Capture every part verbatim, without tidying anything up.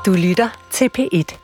Du lytter til P et.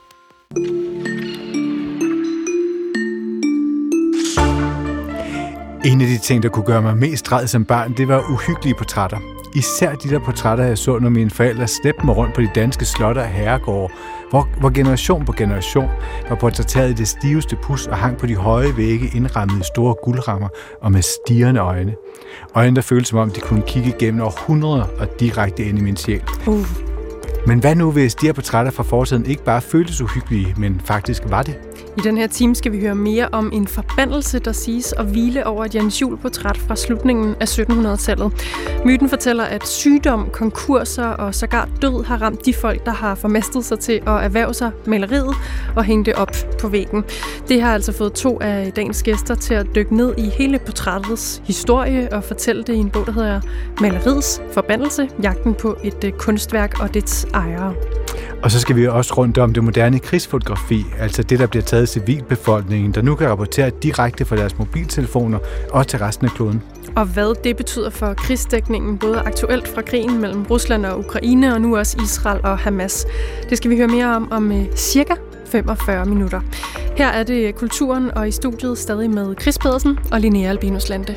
En af de ting, der kunne gøre mig mest ræd som barn, det var uhyggelige portrætter. Især de der portrætter, jeg så, når mine forældre slæbte mig rundt på de danske slotte og herregårde, hvor, hvor generation på generation var portrætteret i det stiveste pus og hang på de høje vægge indrammet i store guldrammer og med stirrende øjne. Øjne, der føltes som om, de kunne kigge gennem århundreder og direkte ind i min sjæl. Uh. Men hvad nu, hvis de her portrætter fra fortiden ikke bare føltes uhyggelige, men faktisk var det? I den her time skal vi høre mere om en forbandelse, der siges at hvile over et Jens Juel-portræt fra slutningen af syttenhundredetallet. Myten fortæller, at sygdom, konkurser og sågar død har ramt de folk, der har formastet sig til at erhverve sig maleriet og hænge det op på væggen. Det har altså fået to af dagens gæster til at dykke ned i hele portrættets historie og fortælle det i en bog, der hedder Maleriets forbandelse, jagten på et kunstværk og dets ejere. Og så skal vi også rundt om det moderne krigsfotografi, altså det, der bliver taget af civilbefolkningen, der nu kan rapportere direkte fra deres mobiltelefoner og til resten af kloden. Og hvad det betyder for krigsdækningen, både aktuelt fra krigen mellem Rusland og Ukraine, og nu også Israel og Hamas. Det skal vi høre mere om om uh, cirka femogfyrre minutter. Her er det Kulturen, og i studiet stadig med Chris Pedersen og Linnea Albinus Lande.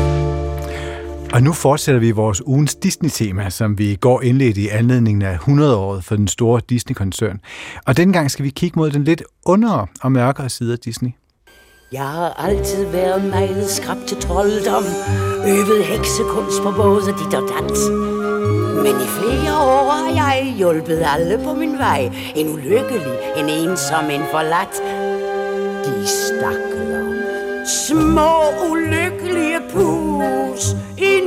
Og nu fortsætter vi vores ugens Disney-tema, som vi i går indledte i anledningen af hundrede-året for den store Disney-koncern. Og denne gang skal vi kigge mod den lidt undere og mørkere side af Disney. Jeg har altid været meget skrab til trolddom, øvet heksekunst på både dit og dans. Men i flere år har jeg hjulpet alle på min vej. En ulykkelig, en ensom, en forladt. De stakler, små ulykkelige pus, i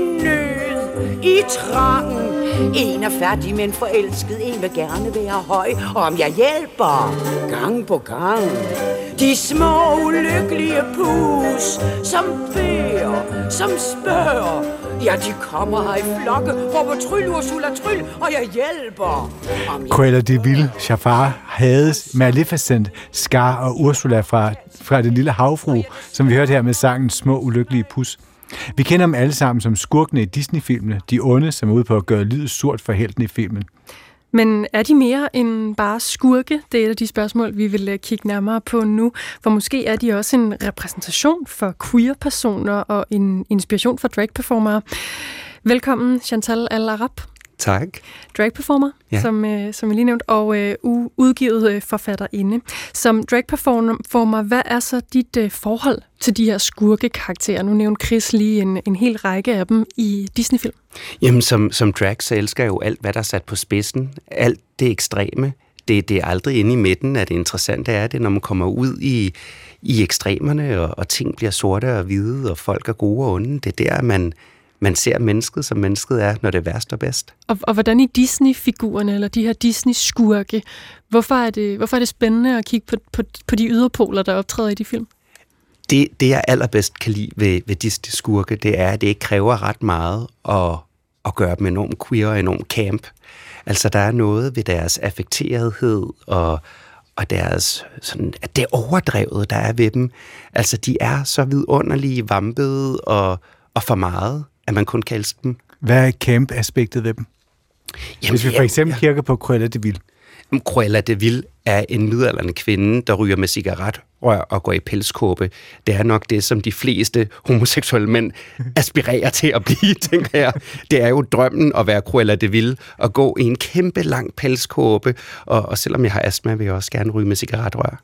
nød, i trang. En er færdig, men forelsket, en vil gerne være høj, og om jeg hjælper, gang på gang. De små ulykkelige pus, som beder, som spørger. Ja, de kommer her i flokke, råber tryl, Ursula, tryl, og jeg hjælper. Cruella de Vil, Jafar, Hades, Maleficent, Scar og Ursula fra, fra Den Lille Havfrue, som vi hørte her med sangen Små Ulykkelige Pus. Vi kender dem alle sammen som skurkene i Disney-filmene, de onde, som er ude på at gøre livet surt for helten i filmen. Men er de mere end bare skurke? Det er et af de spørgsmål, vi vil kigge nærmere på nu. For måske er de også en repræsentation for queer-personer og en inspiration for drag-performere. Velkommen, Chantal Al-Arab. Tak. Drag-performer, ja. som, øh, som jeg lige nævnte, og øh, udgivet øh, forfatterinde. Som drag-performer, hvad er så dit øh, forhold til de her skurke-karakterer? Nu nævnte Chris lige en, en hel række af dem i Disney-film. Jamen, som, som drag, så elsker jeg jo alt, hvad der er sat på spidsen. Alt det ekstreme. Det, det er aldrig inde i midten, at det interessante er det, når man kommer ud i, i ekstremerne, og, og ting bliver sorte og hvide, og folk er gode og onde. Det er der, man... Man ser mennesket, som mennesket er, når det er værst og bedst. Og, og hvordan i Disney-figurerne, eller de her Disney-skurke, hvorfor er det, hvorfor er det spændende at kigge på, på, på de yderpoler, der optræder i de film? Det, det jeg allerbedst kan lide ved, ved Disney-skurke, det er, at det ikke kræver ret meget at, at gøre dem enormt queer og enormt camp. Altså, der er noget ved deres affekterethed og, og deres, sådan, at det overdrevet, der er ved dem. Altså, de er så vidunderlige, vampede og, og for meget, at man kun kan elske dem. Hvad er camp-aspektet ved dem? Jamen, Hvis vi for eksempel ja. kigger på Cruella de Vil. Cruella de Vil er en midaldrende kvinde, der ryger med cigaretrør og går i pelskåbe. Det er nok det, som de fleste homoseksuelle mænd aspirerer til at blive, tænker jeg. Det er jo drømmen at være Cruella de Vil og gå i en kæmpe lang pelskåbe. Og, og selvom jeg har astma, vil jeg også gerne ryge med cigaretrør.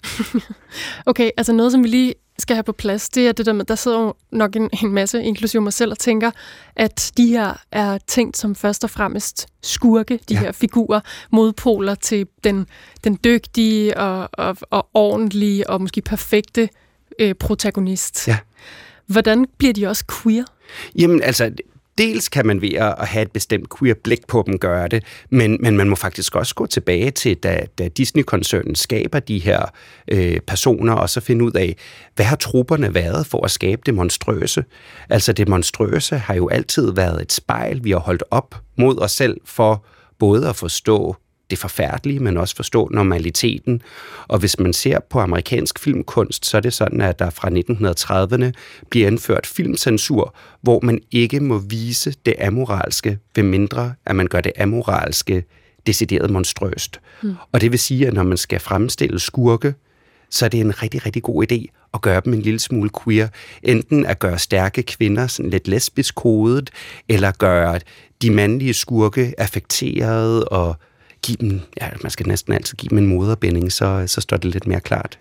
Okay, altså noget, som vi lige skal have på plads, det er det der med, der sidder jo nok en, en masse, inklusive mig selv, og tænker, at de her er tænkt som først og fremmest skurke, de ja. her figurer, modpoler til den, den dygtige og, og, og ordentlige og måske perfekte øh, protagonist. Ja. Hvordan bliver de også queer? Jamen altså, dels kan man ved at have et bestemt queer blik på dem gøre det, men, men man må faktisk også gå tilbage til, da, da Disney-koncernen skaber de her øh, personer, og så finde ud af, hvad har trupperne været for at skabe det monstrøse? Altså det monstrøse har jo altid været et spejl, vi har holdt op mod os selv for både at forstå det forfærdelige, men også forstå normaliteten. Og hvis man ser på amerikansk filmkunst, så er det sådan, at der fra nitten trediverne bliver indført filmcensur, hvor man ikke må vise det amoralske, ved mindre at man gør det amoralske decideret monstrøst. Mm. Og det vil sige, at når man skal fremstille skurke, så er det en rigtig, rigtig god idé at gøre dem en lille smule queer. Enten at gøre stærke kvinder sådan lidt lesbisk kodet, eller gøre de mandlige skurke affekterede og give dem, ja, man skal næsten altid give dem en moderbinding, så, så står det lidt mere klart.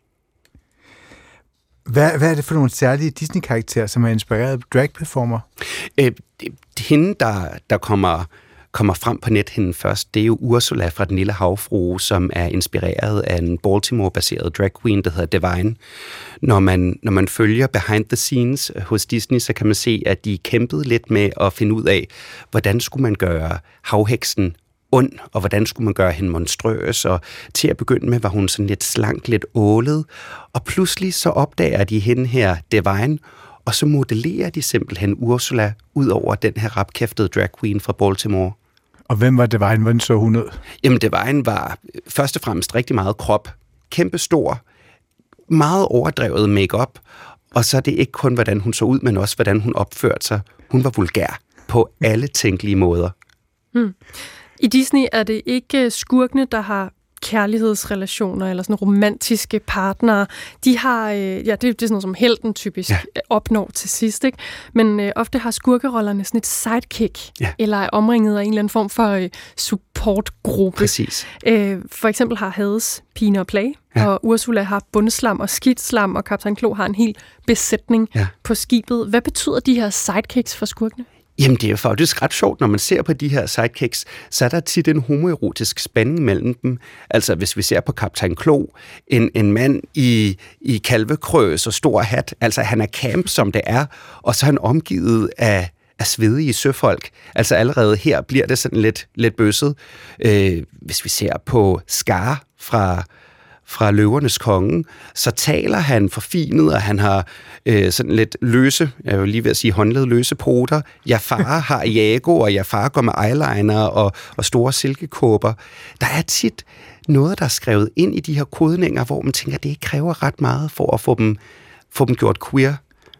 Hvad, hvad er det for nogle særlige Disney-karakterer, som er inspireret af drag-performer? Øh, hende, der, der kommer, kommer frem på nethinden først, det er jo Ursula fra Den Lille Havfrue, som er inspireret af en Baltimore-baseret drag queen, der hedder Divine. Når man, når man følger behind the scenes hos Disney, så kan man se, at de kæmpede lidt med at finde ud af, hvordan skulle man gøre havheksen ond, og hvordan skulle man gøre hende monstrøs, og til at begynde med var hun sådan lidt slank, lidt ålet, og pludselig så opdager de hende her Divine, og så modellerer de simpelthen Ursula ud over den her rapkæftede drag queen fra Baltimore. Og hvem var Divine? Hvordan så hun ud? Jamen, Divine var først og fremmest rigtig meget krop, kæmpe stor, meget overdrevet makeup, og så er det ikke kun, hvordan hun så ud, men også, hvordan hun opførte sig. Hun var vulgær på alle tænkelige måder. Hmm. I Disney er det ikke skurkene, der har kærlighedsrelationer eller sådan romantiske partnere. De har, øh, ja, det, det er sådan noget, som helten typisk ja. opnår til sidst, ikke? Men øh, ofte har skurkerollerne sådan et sidekick, ja. eller er omringet af en eller anden form for øh, supportgruppe. Præcis. Øh, for eksempel har Hades Pine og Play, ja. og Ursula har bundslam og skidtslam, og Kaptajn Klo har en hel besætning ja. på skibet. Hvad betyder de her sidekicks for skurkene? Jamen, det er jo faktisk ret sjovt, når man ser på de her sidekicks, så er der tit en homoerotisk spænding mellem dem. Altså, hvis vi ser på Kaptajn Klo, en, en mand i, i kalvekrøs og stor hat, altså han er camp, som det er, og så er han omgivet af, af svedige søfolk. Altså allerede her bliver det sådan lidt, lidt bøsset. Øh, hvis vi ser på Scar fra... fra Løvernes Konge, så taler han forfinet, og han har øh, sådan lidt løse, jeg vil lige ved at sige håndlede løse poter. Jafar har Iago, og Jafar går med eyeliner og, og store silkekåber. Der er tit noget, der er skrevet ind i de her kodninger, hvor man tænker, at det ikke kræver ret meget for at få dem, få dem gjort queer.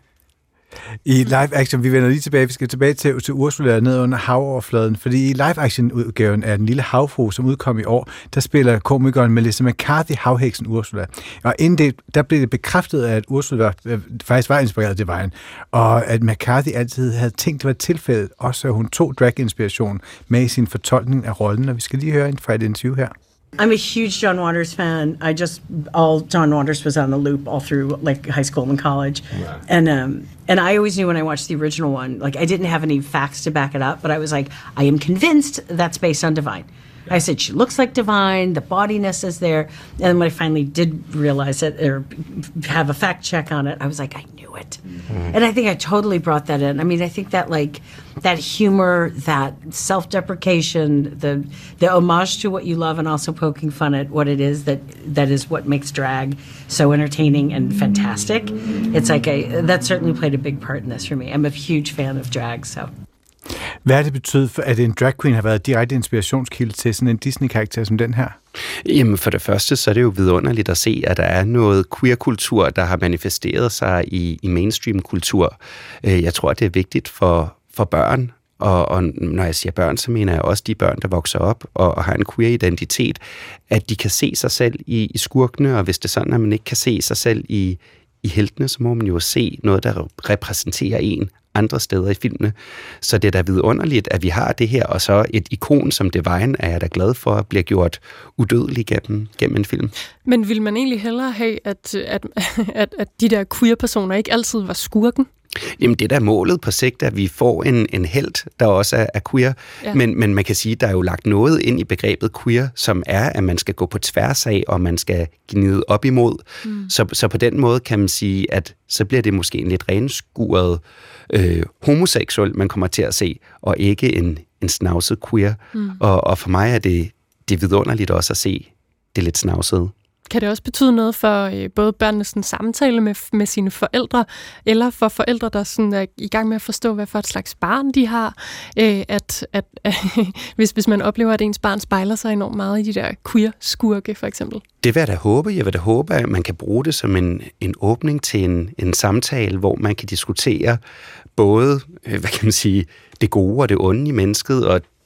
I live action, vi vender lige tilbage, vi skal tilbage til, til Ursula ned under havoverfladen, fordi i live action udgaven af Den Lille Havfrue, som udkom i år, der spiller komikeren Melissa McCarthy havheksen Ursula. Og inden det, der blev det bekræftet, at Ursula faktisk var inspireret af Divine, og at McCarthy altid havde tænkt, det var et tilfælde, også at hun tog drag-inspiration med i sin fortolkning af rollen, og vi skal lige høre en fra et interview her. I'm a huge John Waters fan. I just all John Waters was on the loop all through like high school and college, right. and um, and I always knew when I watched the original one, like I didn't have any facts to back it up, but I was like, I am convinced that's based on Divine. Yeah. I said she looks like Divine, the bodiness is there, and then when I finally did realize it or have a fact check on it, I was like, I knew it, mm-hmm. and I think I totally brought that in. I mean, I think that like that humor, that self-deprecation, the the homage to what you love, and also poking fun at what it is that that is what makes drag so entertaining and fantastic. It's like a that certainly played a big part in this for me. I'm a huge fan of drag, so. Hvad har det betydet, for, at en drag queen har været direkte inspirationskilde til sådan en Disney-karakter som den her? Jamen for det første, så er det jo vidunderligt at se, at der er noget queer-kultur, der har manifesteret sig i, i mainstream-kultur. Jeg tror, det er vigtigt for, for børn, og, og når jeg siger børn, så mener jeg også de børn, der vokser op og, og har en queer-identitet, at de kan se sig selv i, i skurkene, og hvis det er sådan, at man ikke kan se sig selv i, i heltene, så må man jo se noget, der repræsenterer en andre steder i filmene. Så det er da vidunderligt, at vi har det her, og så et ikon som Divine er jeg da glad for at blive gjort udødelig gennem, gennem en film. Men vil man egentlig hellere have, at, at, at, at de der queer-personer ikke altid var skurken? Jamen det er da målet på sigt, at vi får en, en helt, der også er, er queer. Ja. Men, men man kan sige, at der er jo lagt noget ind i begrebet queer, som er, at man skal gå på tværs af, og man skal gnide op imod. Mm. Så, så på den måde kan man sige, at så bliver det måske en lidt renskuret øh, homoseksuel, man kommer til at se, og ikke en, en snavset queer. Mm. Og, og for mig er det, det er vidunderligt også at se det lidt snavsede. Kan det også betyde noget for øh, både børnenes sådan, samtale med, med sine forældre, eller for forældre, der sådan, er i gang med at forstå, hvad for et slags barn de har, øh, at, at øh, hvis, hvis man oplever, at ens barn spejler sig enormt meget i de der queer-skurke, for eksempel? Det vil jeg da håbe. Jeg vil da håbe, at man kan bruge det som en, en åbning til en, en samtale, hvor man kan diskutere både, øh, hvad kan man sige, det gode og det onde i mennesket, og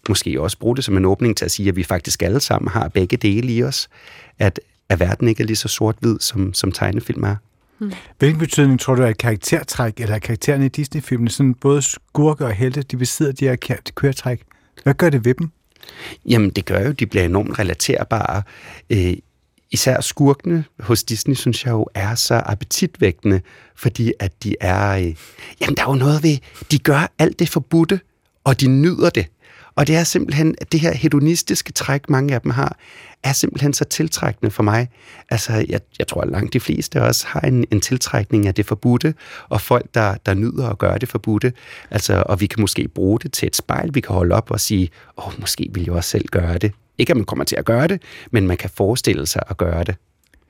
måske også bruge det som en åbning til at sige, at vi faktisk alle sammen har begge dele i os, at, at verden ikke er lige så sort-hvid, som, som tegnefilm er. Hmm. Hvilken betydning tror du, at karaktertræk, eller karaktererne i Disney-filmene, sådan både skurke og helte, de besidder de her karaktertræk? Hvad gør det ved dem? Jamen, det gør jo, at de bliver enormt relaterbare. Øh, især skurkene hos Disney, synes jeg jo, er så appetitvækkende, fordi at de er... Øh, jamen, der er jo noget ved... De gør alt det forbudte, og de nyder det. Og det er simpelthen... Det her hedonistiske træk, mange af dem har, er simpelthen så tiltrækkende for mig. Altså, jeg, jeg tror, at langt de fleste også har en, en tiltrækning af det forbudte, og folk, der, der nyder at gøre det forbudte. Altså, og vi kan måske bruge det til et spejl, vi kan holde op og sige, åh, måske vil jeg også selv gøre det. Ikke, at man kommer til at gøre det, men man kan forestille sig at gøre det.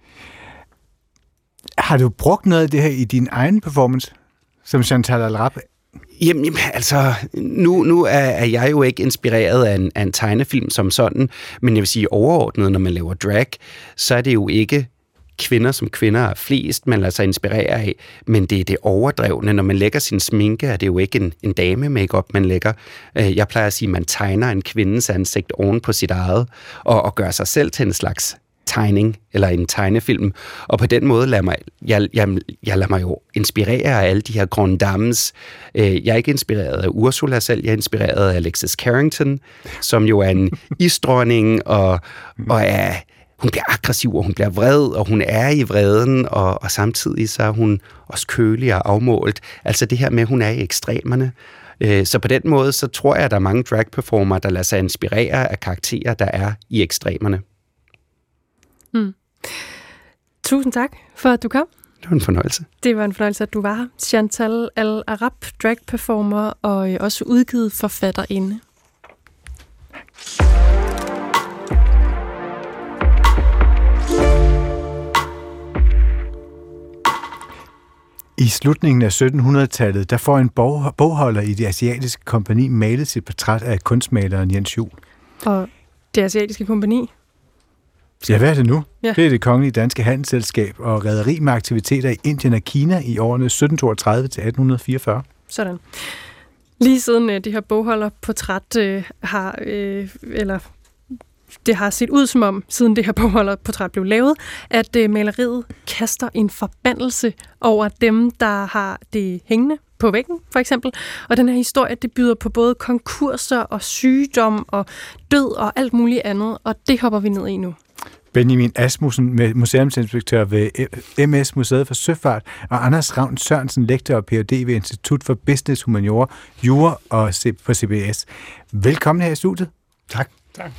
Har du brugt noget af det her i din egen performance, som Chantal Al-Rap? Jamen, jamen altså, nu, nu er, er jeg jo ikke inspireret af en, af en tegnefilm som sådan, men jeg vil sige overordnet, når man laver drag, så er det jo ikke kvinder, som kvinder er flest, man lader sig inspirere af, men det er det overdrevne. Når man lægger sin sminke, er det jo ikke en, en dame-makeup, man lægger. Jeg plejer at sige, at man tegner en kvindes ansigt oven på sit eget, og, og gør sig selv til en slags tegning, eller en tegnefilm. Og på den måde lader mig, jeg, jeg, jeg lader mig jo inspirere af alle de her grande dames. Jeg er ikke inspireret af Ursula selv, jeg er inspireret af Alexis Carrington, som jo er en isdronning, og, og er, hun bliver aggressiv, og hun bliver vred, og hun er i vreden, og, og samtidig så er hun også kølig og afmålt. Altså det her med, at hun er i ekstremerne. Så på den måde, så tror jeg, at der er mange drag-performere, der lader sig inspirere af karakterer, der er i ekstremerne. Mm. Tusind tak for, at du kom. Det var en fornøjelse. Det var en fornøjelse, at du var her. Chantal Al-Rap, drag-performer og også udgivet forfatterinde. I slutningen af syttenhundredetallet, der får en bog, bogholder i det asiatiske kompagni malet sit portræt af kunstmaleren Jens Juel. Og det asiatiske kompagni? Ja, hvad er det nu? Ja. Det er det kongelige danske handelsselskab og rederi med aktiviteter i Indien og Kina i årene sytten toogtredive til atten fireogfyrre. Sådan. Lige siden uh, det her bogholderportræt uh, har, uh, eller det har set ud som om, siden det her bogholderportræt blev lavet, at uh, maleriet kaster en forbandelse over dem, der har det hængende på væggen, for eksempel. Og den her historie, det byder på både konkurser og sygdom og død og alt muligt andet, og det hopper vi ned i nu. Benjamin Asmussen, museumsinspektør ved M S Museet for Søfart, og Anders Ravn Sørensen, lektor og P H D ved Institut for Business Humaniora, Jura og på C B S. Velkommen her i studiet. Tak. Tak.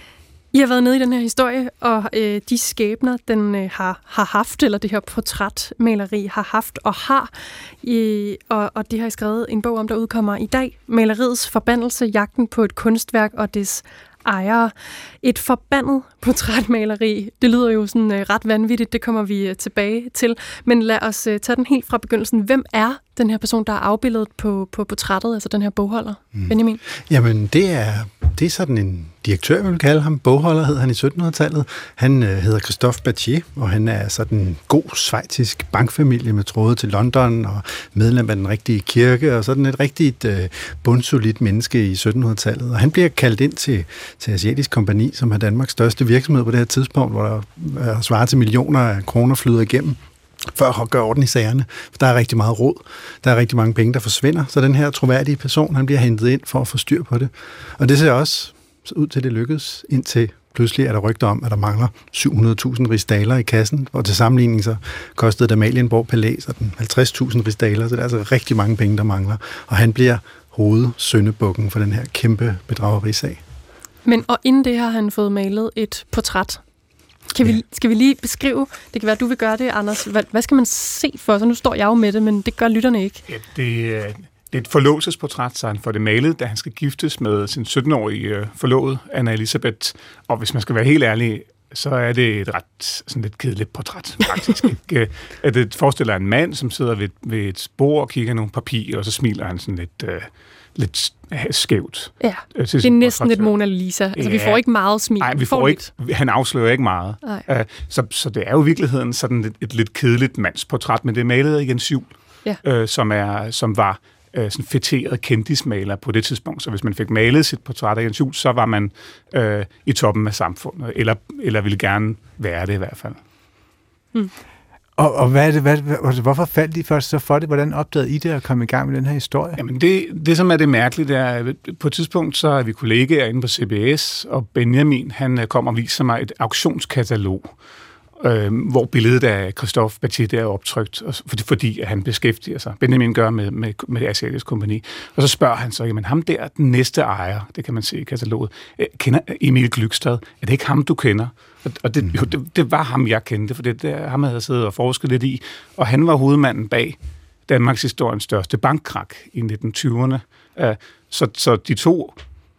I har været nede i den her historie, og øh, de skæbner, den øh, har, har haft, eller det her portrætmaleri har haft og har, øh, og, og det har I skrevet en bog om, der udkommer i dag. Maleriets forbandelse, jagten på et kunstværk og dets ejere. Et forbandet portrætmaleri. Det lyder jo sådan øh, ret vanvittigt, det kommer vi øh, tilbage til. Men lad os øh, tage den helt fra begyndelsen. Hvem er den her person, der er afbildet på, på portrættet, altså den her bogholder, mm. Benjamin? Jamen, det er, det er sådan en direktør, vi vil kalde ham. Bogholder hed han i syttenhundredetallet. Han øh, hedder Christophe Battier, og han er sådan en god schweizisk bankfamilie med tråde til London, og medlem af den rigtige kirke, og sådan et rigtigt øh, bundsolidt menneske i syttenhundredetallet. Og han bliver kaldt ind til, til Asiatisk Kompagni, som er Danmarks største virksomhed på det her tidspunkt, hvor der er svarer til millioner af kroner flyder igennem, for at gøre orden i sagerne. For der er rigtig meget råd. Der er rigtig mange penge, der forsvinder. Så den her troværdige person, han bliver hentet ind for at få styr på det. Og det ser også ud til, det lykkedes, indtil pludselig er der rygter om, at der mangler syv hundrede tusind rigsdaler i kassen. Og til sammenligning så kostede Amalienborg Palæ sådan halvtreds tusind rigsdaler. Så det er altså rigtig mange penge, der mangler. Og han bliver hovedsyndebukken for den her kæmpe bedragerisag. Men og inden det har han fået malet et portræt. Kan vi, ja. Skal vi lige beskrive, det kan være, at du vil gøre det, Anders. Hvad, hvad skal man se for? Så nu står jeg jo med det, men det gør lytterne ikke. Ja, det, det er et forlovelsesportræt, så han får det malet, da han skal giftes med sin sytten-årige forlovede, Anna Elisabeth. Og hvis man skal være helt ærlig, så er det et ret sådan lidt kedeligt portræt, faktisk. Ikke? At det forestiller en mand, som sidder ved, ved et bord og kigger nogle papirer, og så smiler han sådan lidt... Uh, lidt skævt. Ja, det er næsten lidt Mona Lisa. Altså, ja. Vi får ikke meget smil. Nej, vi får, får ikke, han afslører ikke meget. Uh, så, så det er jo i virkeligheden sådan et, et lidt kedeligt mandsportræt, men det er malet af Jens Juel, ja. uh, som, er, som var øh, sådan fætteret kendismaler på det tidspunkt. Så hvis man fik malet sit portræt af Jens Juel, så var man øh, i toppen af samfundet, eller, eller ville gerne være det i hvert fald. Hmm. Og, og hvad er det, hvad, hvad, hvorfor faldt de først så for det? Hvordan opdagede I det at komme i gang med den her historie? Jamen det, det som er det mærkelige, det er, at på et tidspunkt så er vi kollegaer inde på C B S, og Benjamin, han kom og viser mig et auktionskatalog, øh, hvor billedet af Christophe Battier er optrykt, fordi, fordi han beskæftiger sig. Benjamin gør med, med, med det asiatiske kompagni. Og så spørger han så, jamen ham der, den næste ejer, det kan man se i kataloget, kender Emil Glückstad, er det ikke ham, du kender? Og det, jo, det, det var ham, jeg kendte, for det er ham, jeg havde siddet og forsket lidt i. Og han var hovedmanden bag Danmarks historiens største bankkrak i nitten tyverne. Så, så de to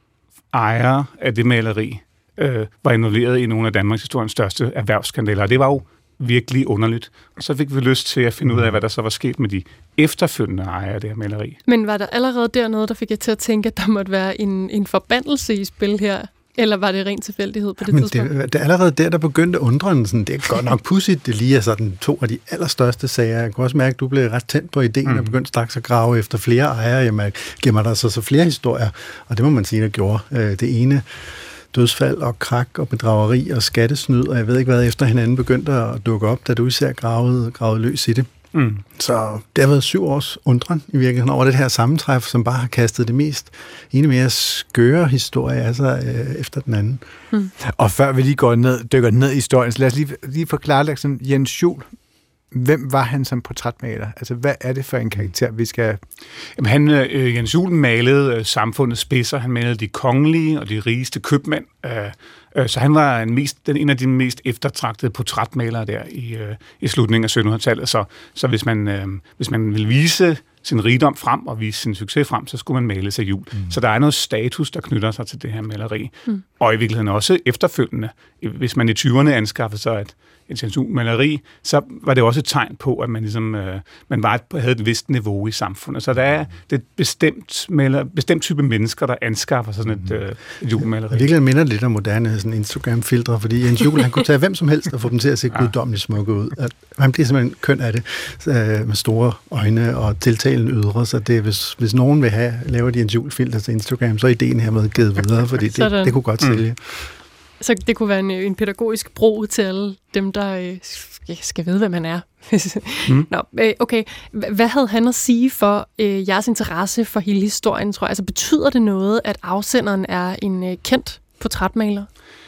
ejere af det maleri øh, var involveret i nogle af Danmarks historiens største erhvervsskandaler. Og det var jo virkelig underligt. Og så fik vi lyst til at finde ud af, hvad der så var sket med de efterfølgende ejere af det her maleri. Men var der allerede der noget, der fik jeg til at tænke, at der måtte være en, en forbandelse i spil her? Eller var det ren tilfældighed på det Men tidspunkt? Det, det er allerede der, der begyndte undren. Sådan, det er godt nok pudsigt, det lige er sådan to af de allerstørste sager. Jeg kunne også mærke, at du blev ret tændt på ideen mm. og begyndte straks at grave efter flere ejere. Jamen, gemmer der så, så flere historier, og det må man sige, der gjorde. Det ene dødsfald og krak og bedrageri og skattesnyd, og jeg ved ikke hvad, efter hinanden begyndte at dukke op, da du især gravede, gravede løs i det. Mm. Så det har været syv års undren i virkeligheden over det her sammentræf, som bare har kastet det mest ene mere skøre historie af sig øh, efter den anden. Mm. Og før vi lige går ned, dykker ned i historien, så lad os lige, lige forklare sådan, Jens Juel. Hvem var han som portrætmaler? Altså, hvad er det for en karakter, vi skal... Jamen, han, øh, Jens Juel malede øh, samfundets spidser. Han malede de kongelige og de rigeste købmænd. Øh, øh, så han var en, mest, den, en af de mest eftertragtede portrætmalere der i, øh, i slutningen af syttenhundredetallet. Så, så hvis, man, øh, hvis man vil vise sin rigdom frem og vise sin succes frem, så skulle man male sig Juel. Mm. Så der er noget status, der knytter sig til det her maleri. Mm. Og i virkeligheden også efterfølgende. Hvis man i tyverne anskaffede sig et et Jens Juel-maleri, så var det også et tegn på, at man ligesom øh, man var et, havde et vist niveau i samfundet. Så der er det er et bestemt, maler, bestemt type mennesker, der anskaffer sådan et, øh, et Juel-maleri. Det virkelig minder lidt om moderne sådan Instagram-filtre, fordi Jens Juel, han kunne tage hvem som helst og få dem til at se ja. guddommeligt smukke ud. At, han bliver simpelthen køn af det, så, øh, med store øjne og tiltalende ydre, så det, hvis, hvis nogen vil have, laver de Jens Juel-filter til Instagram, så er ideen hermed givet videre, fordi det, det kunne godt sælge. Mm. Så det kunne være en, en pædagogisk bro til alle dem, der øh, skal vide, hvem man er. mm. Nå, øh, okay. Hvad havde han at sige for øh, jeres interesse for hele historien, tror jeg? Altså, betyder det noget, at afsenderen er en øh, kendt portrætmaler?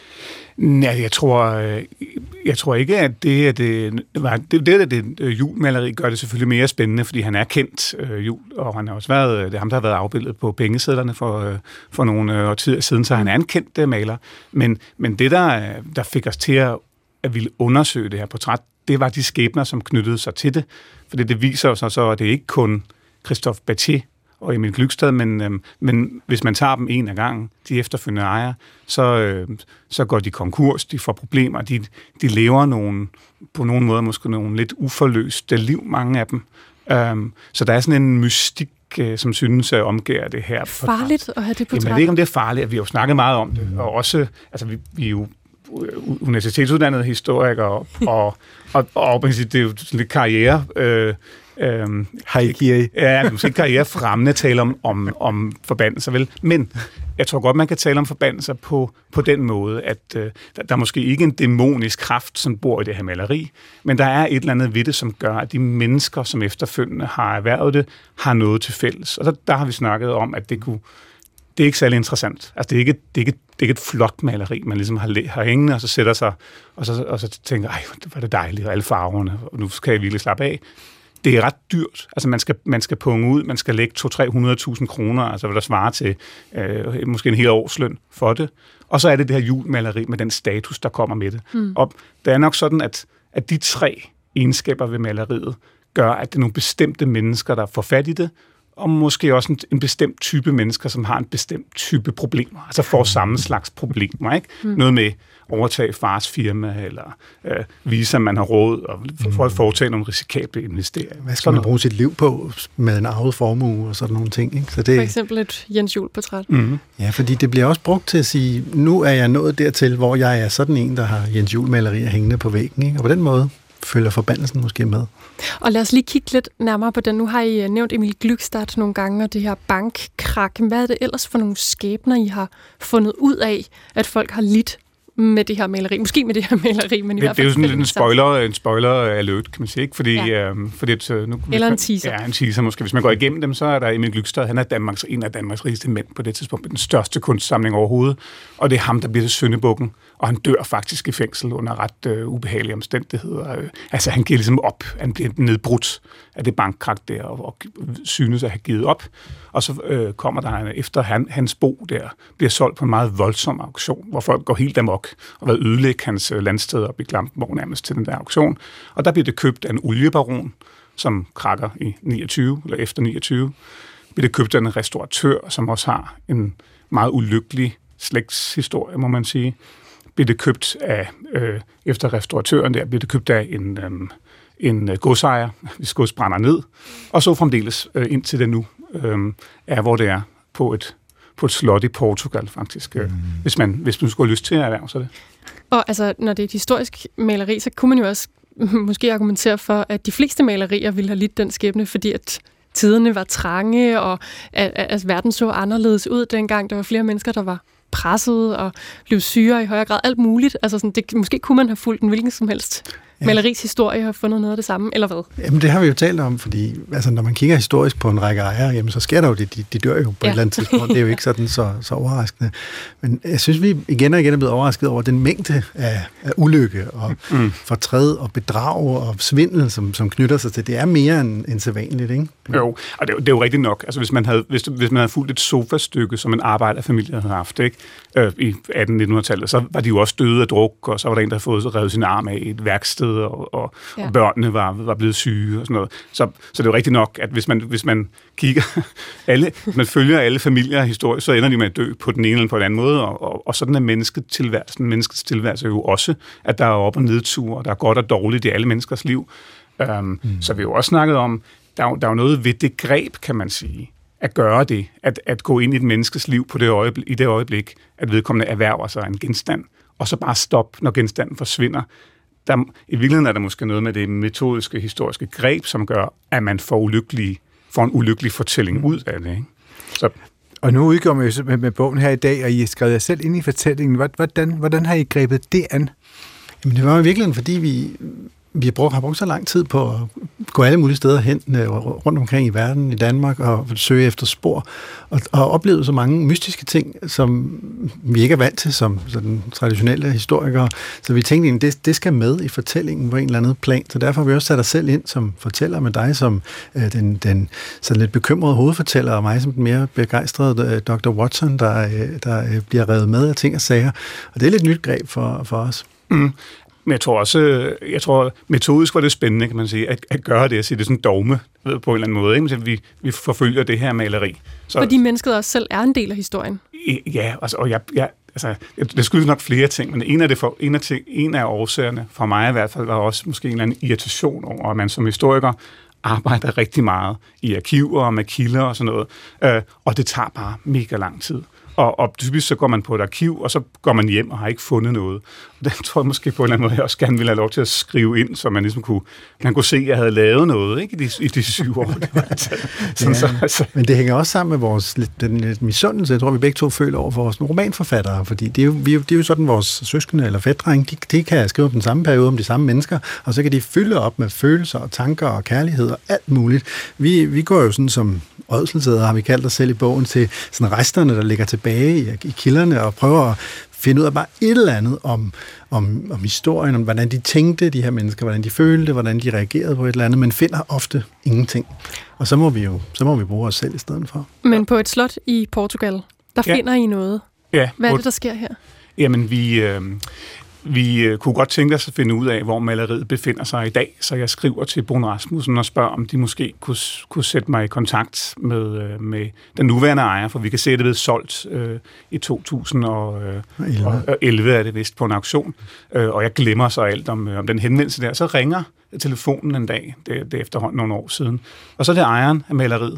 Nej, jeg tror, jeg tror ikke, at det, at det, det, det, at det Juel-maleri gør det selvfølgelig mere spændende, fordi han er kendt uh, Juel, og han har også været, det er ham, der har været afbildet på pengesedlerne for, uh, for nogle årtier siden, så han er en kendt uh, maler. Men, men det, der, der fik os til at, at ville undersøge det her portræt, det var de skæbner, som knyttede sig til det. Fordi det viser sig så, at det ikke kun Christophe Battier og Emil Glückstad, men, øhm, men hvis man tager dem en af gangen, de efterfølgende ejere, så, øh, så går de konkurs, de får problemer, de, de lever nogle, på nogle måder måske nogle lidt uforløste liv, mange af dem. Øhm, så der er sådan en mystik, øh, som synes at omgære det her. Farligt at have det portræt? Jamen, jeg ved ikke, om det er farligt. Vi har jo snakket meget om det, og også, altså vi, vi er jo universitetsuddannede historikere, og, og, og, og det er jo sådan lidt karriere... Øh, Øhm, Hej, ja, måske ikke karrierefremmende at tale om, om, om forbandelser, vel? Men jeg tror godt, man kan tale om forbandelser på, på den måde, at øh, der, der er måske ikke en dæmonisk kraft, som bor i det her maleri, men der er et eller andet ved det, som gør, at de mennesker, som efterfølgende har erhvervet det, har noget til fælles. Og der, der har vi snakket om, at det kunne det er ikke særlig interessant. Altså, det er ikke, det er ikke, det er ikke et flot maleri, man ligesom har, har hængende, og så sætter sig, og så, og så tænker, ej, det var det dejligt, og alle farverne, og nu skal jeg virkelig slappe af. Det er ret dyrt. Altså, man skal, man skal punge ud, man skal lægge to til tre hundrede tusind kroner, altså hvad der svarer til øh, måske en hel årsløn for det. Og så er det det her Juel-maleri med den status, der kommer med det. Mm. Og det er nok sådan, at, at de tre egenskaber ved maleriet gør, at det er nogle bestemte mennesker, der får fat i det, og måske også en, en bestemt type mennesker, som har en bestemt type problemer, altså får samme slags problemer, ikke? Mm. Noget med overtage fars firma, eller øh, vise, at man har råd, og for at foretage nogle risikable investeringer. Hvad skal man bruge sit liv på med en arvet formue og sådan nogle ting, ikke? Så det... For eksempel et Jens Juel-portræt. Mm-hmm. Ja, fordi det bliver også brugt til at sige, nu er jeg nået dertil, hvor jeg er sådan en, der har Jens Juel-malerier hængende på væggen, ikke? Og på den måde følger forbandelsen måske med. Og lad os lige kigge lidt nærmere på den. Nu har I nævnt Emil Glückstadt nogle gange, og det her bankkrak. Hvad er det ellers for nogle skæbner, I har fundet ud af, at folk har lidt med det her maleri? Måske med det her maleri, men i det, hvert fald... Det er jo sådan lidt en spoiler, en spoiler alert, kan man sige, ikke? Fordi, ja. øhm, fordi at, nu, Eller en teaser. Ja, en teaser måske. Hvis man går igennem dem, så er der Emil Glückstadt. Han er Danmarks, en af Danmarks rigeste mænd på det tidspunkt, med den største kunstsamling overhovedet. Og det er ham, der bliver til syndebukken. Og han dør faktisk i fængsel under ret øh, ubehagelige omstændigheder. Øh, altså, han giver ligesom op. Han bliver nedbrudt af det bankkrak der, og, og synes at have givet op. Og så øh, kommer der, efter han, hans bo der, bliver solgt på en meget voldsom auktion, hvor folk går helt amok og vil ødelægge hans øh, landsted op i Klampenborg nærmest til den der auktion. Og der bliver det købt af en oliebaron, som krakker i niogtyve, eller efter niogtyve. Bliver det købt af en restauratør, som også har en meget ulykkelig slægtshistorie, må man sige. Bliver det købt af, øh, efter restauratøren der, bliver det købt af en, øh, en godsejer, hvis gods brænder ned, og så fremdeles øh, indtil det nu øh, er, hvor det er på et, på et slot i Portugal, faktisk, øh, mm. hvis, man, hvis man skulle have lyst til at erhverve sig det. Og altså, når det er et historisk maleri, så kunne man jo også måske argumentere for, at de fleste malerier ville have lidt den skæbne, fordi at tiderne var trange, og at, at verden så anderledes ud dengang. Der var flere mennesker, der var presset og blev syre i højere grad. Alt muligt. Altså sådan, det, måske kunne man have fulgt en hvilken som helst ja. Maleris historie og fundet noget af det samme, eller hvad? Jamen det har vi jo talt om, fordi altså, når man kigger historisk på en række ejere, jamen, så sker der jo det, de, de dør jo på ja. et eller andet tidspunkt. Det er jo ikke sådan så, så overraskende. Men jeg synes, vi igen og igen er blevet overrasket over den mængde af, af ulykke og mm. fortræd og bedrag og svindel, som, som knytter sig til. Det er mere end, end sædvanligt, ikke? Jo, og det er, det er jo rigtigt nok. Altså hvis man havde, hvis, hvis man havde fulgt et sofastykke, som en arbejderfamilie havde haft, ikke? Øh, i atten nittenhundredetallet, så var de jo også døde af druk, og så var der en, der havde fået revet sin arm af i et værksted, og, og, ja. og børnene var, var blevet syge og sådan noget. Så, så det er jo rigtigt nok, at hvis man, hvis man kigger, alle, man følger alle familier historisk, så ender de med at dø på den ene eller på den anden måde, og, og, og sådan er mennesketilværelsen. Menneskets tilværelse er jo også, at der er op- og nedture, og der er godt og dårligt i alle menneskers liv. Um, mm. Så vi har jo også snakket om, der er, der er jo noget ved det greb, kan man sige, at gøre det, at, at gå ind i et menneskes liv på det øjeblik, i det øjeblik, at vedkommende erhverver sig en genstand, og så bare stoppe, når genstanden forsvinder. Der, I virkeligheden er der måske noget med det metodiske, historiske greb, som gør, at man får, ulykkelig, får en ulykkelig fortælling ud af det. Ikke? Så. Og nu udgår man jo med, med bogen her i dag, og I har skrevet jer selv ind i fortællingen. Hvordan, hvordan har I grebet det an? Jamen det var jo virkelig, fordi vi... Vi har brugt, har brugt så lang tid på at gå alle mulige steder hen rundt omkring i verden, i Danmark, og søge efter spor, og, og oplevet så mange mystiske ting, som vi ikke er vant til som sådan traditionelle historikere. Så vi tænkte egentlig, det, det skal med i fortællingen på en eller anden plan. Så derfor har vi også sat os selv ind som fortæller med dig, som øh, den, den sådan lidt bekymrede hovedfortæller, og mig som den mere begejstrede øh, doktor Watson, der, øh, der øh, bliver revet med af ting og sager. Og det er lidt nyt greb for, for os. Mm. Men jeg tror også, jeg tror metodisk var det spændende, kan man sige, at, at gøre det, at sige det sådan dogme på en eller anden måde, ikke? Så vi, vi forfølger det her maleri. Så, fordi mennesket også selv er en del af historien. Ja, altså, og jeg, jeg, altså, det skyldes nok flere ting, men en af, det for, en, af ting, en af årsagerne, for mig i hvert fald, var også måske en eller anden irritation over, at man som historiker arbejder rigtig meget i arkiver og med kilder og sådan noget, øh, og det tager bare mega lang tid. Og, og typisk så går man på et arkiv, og så går man hjem og har ikke fundet noget. Og det tror jeg måske på en eller anden måde, jeg også gerne ville have lov til at skrive ind, så man ligesom kunne, man kunne se, at jeg havde lavet noget, ikke, i de, i de syv år. Det var sådan, ja, så, altså. Men det hænger også sammen med vores den lidt misundelse, jeg tror, vi begge to føler over for vores romanforfattere, fordi det er jo, vi, det er jo sådan, vores søskende eller fætre, de, de kan skrive om den samme periode om de samme mennesker, og så kan de fylde op med følelser og tanker og kærlighed og alt muligt. Vi, vi går jo sådan som ådselsæder, har vi kaldt os selv i bogen, til sådan resterne, der ligger tilbage i, i kilderne, og prøver at finde ud af bare et eller andet om, om, om historien, om hvordan de tænkte, de her mennesker, hvordan de følte, hvordan de reagerede på et eller andet, men finder ofte ingenting. Og så må vi jo så må vi bruge os selv i stedet for. Men på et slot i Portugal, der ja. finder I noget. Ja. Hvad er det, der sker her? Jamen, vi... Øh Vi øh, kunne godt tænke os at finde ud af, hvor maleriet befinder sig i dag, så jeg skriver til Bruun Rasmussen og spørger, om de måske kunne, kunne sætte mig i kontakt med, øh, med den nuværende ejer, for vi kan se, at det er solgt øh, i to tusind og elleve, er det vist, på en auktion, øh, og jeg glemmer så alt om, øh, om den henvendelse der. Så ringer telefonen en dag, det, det er efterhånden nogle år siden, og så er det ejeren af maleriet,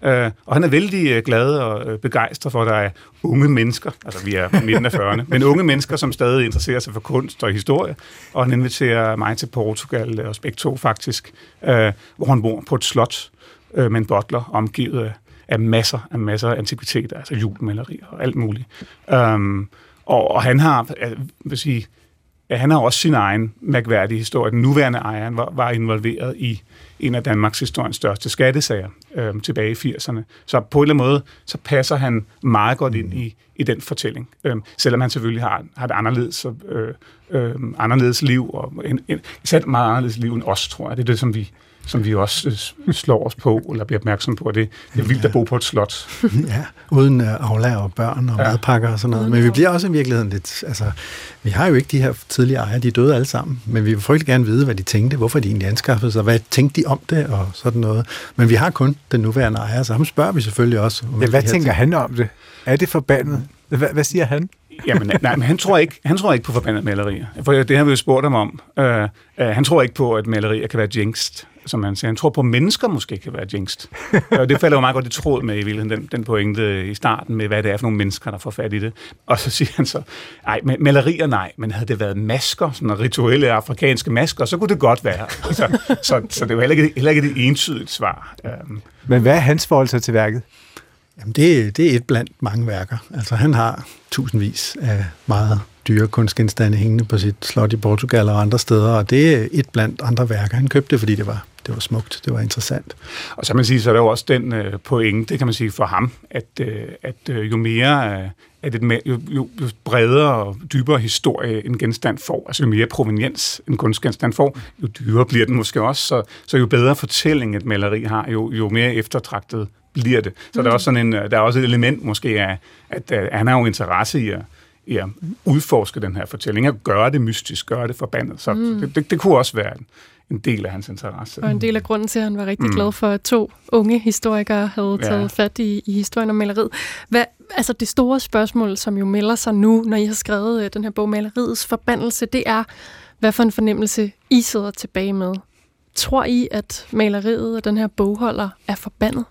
Øh, og han er vældig øh, glad og øh, begejstret for, at der er unge mennesker, altså vi er på midten af fyrrerne, men unge mennesker, som stadig interesserer sig for kunst og historie. Og han inviterer mig til Portugal, og begge to faktisk, øh, hvor han bor på et slot øh, med en butler, omgivet af, af masser af masser af antikviteter, altså julemalerier og alt muligt. Um, og, og han har, jeg vil sige, ja, han har også sin egen mærkværdige historie. Den nuværende ejer var, var involveret i en af Danmarks historiens største skattesager øh, tilbage i firserne. Så på en eller anden måde, så passer han meget godt ind i, i den fortælling. Øh, selvom han selvfølgelig har, har et anderledes, øh, øh, anderledes liv, og en, en, et meget anderledes liv end os, tror jeg. Det er det, som vi, som vi også øh, slår os på, eller bliver opmærksom på. Det, det er vildt at bo på et slot. Ja, uden uh, aflager og børn og ja. madpakker og sådan noget. Men vi bliver også i virkeligheden lidt... Altså, vi har jo ikke de her tidligere ejere, de er døde alle sammen. Men vi vil frygtelig gerne vide, hvad de tænkte, hvorfor de egentlig anskaffede sig, hvad tænkte de om det og sådan noget. Men vi har kun den nuværende ejer, så ham spørger vi selvfølgelig også. Ja, hvad tænker ting. han om det? Er det forbandet? Hvad, hvad siger han? Jamen, nej, men han tror ikke, han tror ikke på forbandede malerier. For det har vi jo spurgt ham om. Uh, uh, han tror ikke på, at malerier kan være jinxed, som han siger. Han tror på, at mennesker måske kan være jinxed. Og det falder jo meget godt i tråd med i virkeligheden, den, den pointe i starten med, hvad det er for nogle mennesker, der får fat i det. Og så siger han så, nej, malerier nej, men havde det været masker, sådan rituelle afrikanske masker, så kunne det godt være. Så, så, så det er jo heller ikke, heller ikke et entydigt svar. Um, men hvad er hans forhold så til værket? Jamen det, det er et blandt mange værker. Altså han har tusindvis af meget dyre kunstgenstande hængende på sit slot i Portugal og andre steder, og det er et blandt andre værker. Han købte det, fordi det var, det var smukt, det var interessant. Og så kan man sige, så er der jo også den øh, pointe, det kan man sige for ham, at, øh, at øh, jo mere, øh, at et, jo, jo, jo bredere og dybere historie en genstand får, altså jo mere proveniens en kunstgenstand får, jo dyrere bliver den måske også, så, så jo bedre fortælling et maleri har, jo, jo mere eftertragtet bliver det. Så mm. der er også sådan en, der er også et element måske af, at, at han har jo interesse i at, i at udforske den her fortælling, at gøre det mystisk, gøre det forbandet. Så mm. det, det, det kunne også være en, en del af hans interesse. Og en del af grunden til, at han var rigtig mm. glad for, at to unge historikere havde taget ja. fat i, i historien om maleriet. Hvad, altså det store spørgsmål, som jo melder sig nu, når I har skrevet uh, den her bog, Maleriets Forbandelse, det er, hvad for en fornemmelse I sidder tilbage med. Tror I, at maleriet og den her bogholder er forbandet?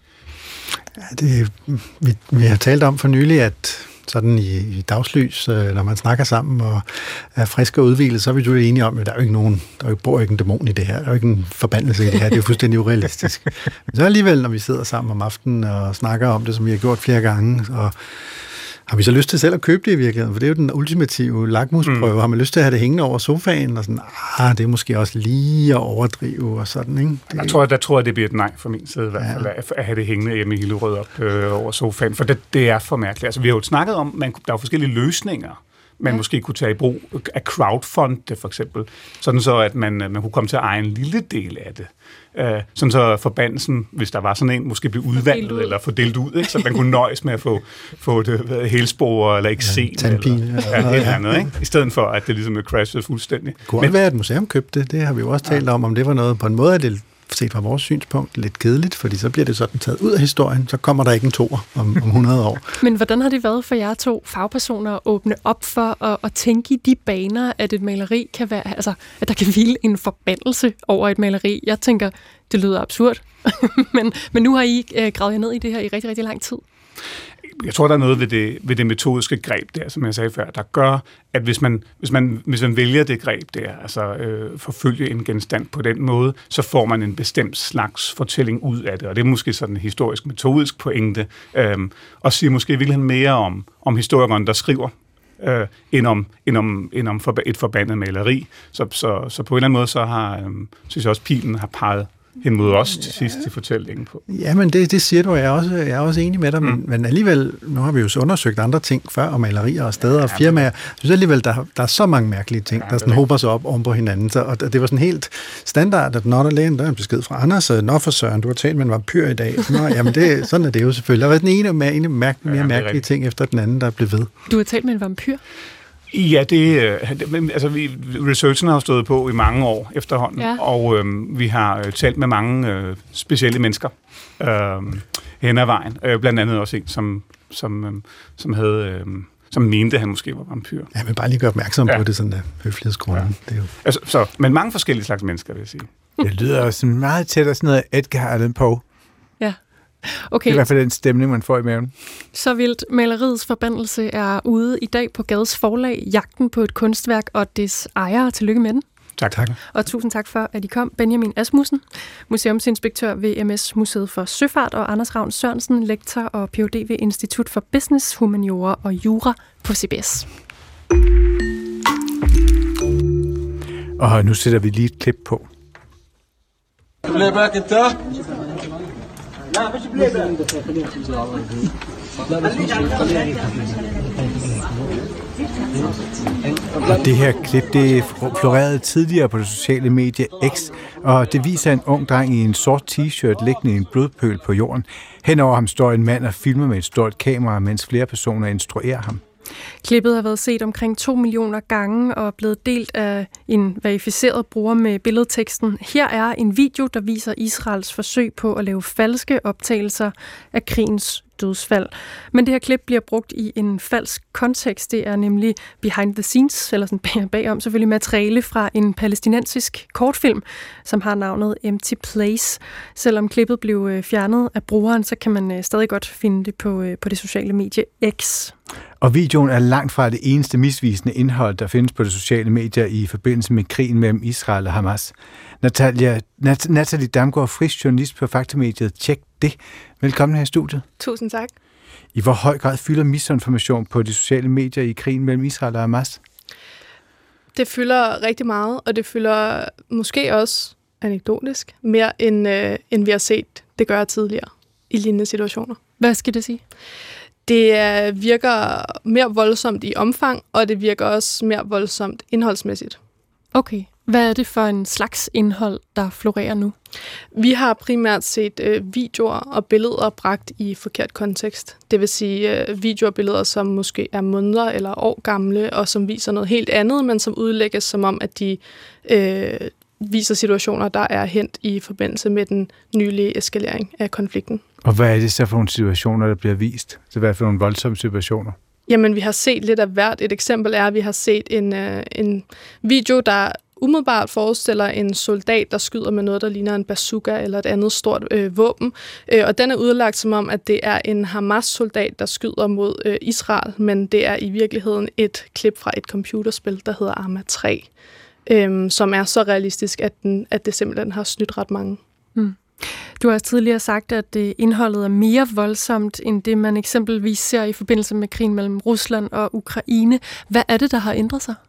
Ja, det, vi, vi har talt om for nylig, at sådan i, i dagslys, øh, når man snakker sammen og er frisk og udviklet, så er vi jo enige om, at der er jo ikke nogen, der jo bor ikke en dæmon i det her, der er jo ikke en forbandelse i det her, det er jo fuldstændig urealistisk. Men så alligevel, når vi sidder sammen om aftenen og snakker om det, som vi har gjort flere gange, og har vi så lyst til selv at købe det i virkeligheden? For det er jo den ultimative lakmusprøve. Mm. Har man lyst til at have det hængende over sofaen? Og sådan, ah, det er måske også lige at overdrive og sådan, ikke? Det... Jeg tror, der tror jeg, det bliver et nej fra min side i hvert fald, ja. at have det hængende hjemme i Hillerød op øh, over sofaen. For det, det er for mærkeligt. Altså, vi har jo snakket om, man, der er forskellige løsninger, man ja. måske kunne tage i brug af crowdfund, for eksempel. Sådan så, at man, man kunne komme til at eje en lille del af det. Uh, sådan så forbandelsen, hvis der var sådan en, måske blive udvandet eller fordelt ud, ikke? Så man kunne nøjes med at få, få det helspor eller eksem ja, tandpine eller, eller, eller, eller andet, ikke? I stedet for, at det ligesom er crashet fuldstændig. Det kunne Men, være, at et museum købte det. Det har vi jo også talt ja. om, om det var noget på en måde, at det set fra vores synspunkt lidt kedeligt, fordi så bliver det sådan taget ud af historien, så kommer der ikke en toer om, om hundrede år. Men hvordan har det været for jer to fagpersoner at åbne op for at, at tænke i de baner, at et maleri kan være, altså at der kan hvile en forbandelse over et maleri? Jeg tænker, det lyder absurd, men, men nu har I øh, gravet jer ned i det her i rigtig, rigtig lang tid. Jeg tror, der er noget ved det, ved det metodiske greb der, som jeg sagde før, der gør, at hvis man, hvis man, hvis man vælger det greb der, altså øh, forfølge en genstand på den måde, så får man en bestemt slags fortælling ud af det, og det er måske sådan en historisk, metodisk pointe, øh, og siger måske virkelig mere om, om historikeren, der skriver, øh, end om, end om, end om for, et forbandet maleri. Så, så, så på en eller anden måde, så har, øh, synes jeg også, pilen har peget hen mod os til sidst til fortællingen på. Jamen, det, det siger du, jeg er også, jeg er også enig med dig, mm. men, men alligevel, nu har vi jo så undersøgt andre ting før, og malerier og steder og firmaer. Jeg synes alligevel, der, der er så mange mærkelige ting, ja, der sådan hober sig op oven på hinanden. Så, og det var sådan helt standard, at når der lægen, der er en besked fra Anders, nå for Søren, du har talt med en vampyr i dag. Nå, jamen, det, sådan er det jo selvfølgelig. Der var den ene med en mærke, mere ja, mærkelige ting efter den anden, der blev ved. Du har talt med en vampyr? Ja, det, altså vi, researchen har stået på i mange år efterhånden, ja. og øhm, vi har talt med mange øh, specielle mennesker øh, hen ad vejen. Øh, blandt andet også en, som, som, øh, som havde... Øh, som mente, at han måske var vampyr. Ja, men bare lige gøre opmærksom ja. på det, sådan der høflighedsgrunde. Ja. Det er jo... altså, så, men mange forskellige slags mennesker, vil jeg sige. Det lyder også meget tæt af sådan noget Edgar Allan Poe. Ja. Okay. Det er i hvert fald den stemning, man får i maven. Så vildt. Maleriets forbandelse er ude i dag på Gades Forlag. Jagten på et kunstværk og dets ejere. Tillykke med den. Tak. tak. Og tusind tak for, at I kom. Benjamin Asmussen, museumsinspektør ved M S Museet for Søfart, og Anders Ravn Sørensen, lektor og P H D ved Institut for Business, Humaniora og Jura på C B S. Og nu sætter vi lige et klip på. Og det her klip, det florerede tidligere på det sociale medie X, og det viser en ung dreng i en sort t-shirt liggende i en blodpøl på jorden. Henover ham står en mand og filmer med et stort kamera, mens flere personer instruerer ham. Klippet har været set omkring to millioner gange og er blevet delt af en verificeret bruger med billedteksten. Her er en video, der viser Israels forsøg på at lave falske optagelser af krigens dødsfald. Men det her klip bliver brugt i en falsk kontekst. Det er nemlig behind the scenes, eller sådan bagom selvfølgelig materiale fra en palæstinensisk kortfilm, som har navnet Empty Place. Selvom klippet blev fjernet af brugeren, så kan man stadig godt finde det på, på det sociale medie X. Og videoen er langt fra det eneste misvisende indhold, der findes på de sociale medier i forbindelse med krigen mellem Israel og Hamas. Natalia, Nat- Natalie Damgaard, frisk journalist på Faktamediet. Tjek det. Velkommen her i studiet. Tusind tak. I hvor høj grad fylder misinformation på de sociale medier i krigen mellem Israel og Hamas? Det fylder rigtig meget, og det fylder måske også anekdotisk mere, end, øh, end vi har set det gøre tidligere i lignende situationer. Hvad skal det sige? Det øh, virker mere voldsomt i omfang, og det virker også mere voldsomt indholdsmæssigt. Okay. Hvad er det for en slags indhold, der florerer nu? Vi har primært set øh, videoer og billeder bragt i forkert kontekst. Det vil sige øh, videoer og billeder, som måske er måneder eller år gamle, og som viser noget helt andet, men som udlægges som om, at de øh, viser situationer, der er hent i forbindelse med den nylige eskalering af konflikten. Og hvad er det så for nogle situationer, der bliver vist? Så hvad er det for nogle voldsomme situationer? Jamen, vi har set lidt af hvert. Et eksempel er, at vi har set en, øh, en video, der umiddelbart forestiller en soldat, der skyder med noget, der ligner en bazooka eller et andet stort øh, våben. Øh, og den er udlagt som om, at det er en Hamas-soldat, der skyder mod øh, Israel, men det er i virkeligheden et klip fra et computerspil, der hedder Arma tre, øh, som er så realistisk, at, den, at det simpelthen har snydt ret mange. Mm. Du har også tidligere sagt, at indholdet er mere voldsomt, end det man eksempelvis ser i forbindelse med krigen mellem Rusland og Ukraine. Hvad er det, der har ændret sig?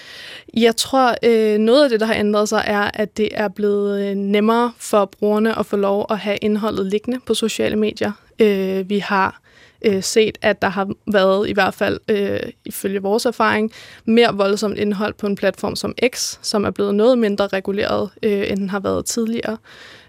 Jeg tror, øh, noget af det, der har ændret sig, er, at det er blevet øh, nemmere for brugerne at få lov at have indholdet liggende på sociale medier. Øh, vi har øh, set, at der har været, i hvert fald øh, ifølge vores erfaring, mere voldsomt indhold på en platform som X, som er blevet noget mindre reguleret, øh, end den har været tidligere.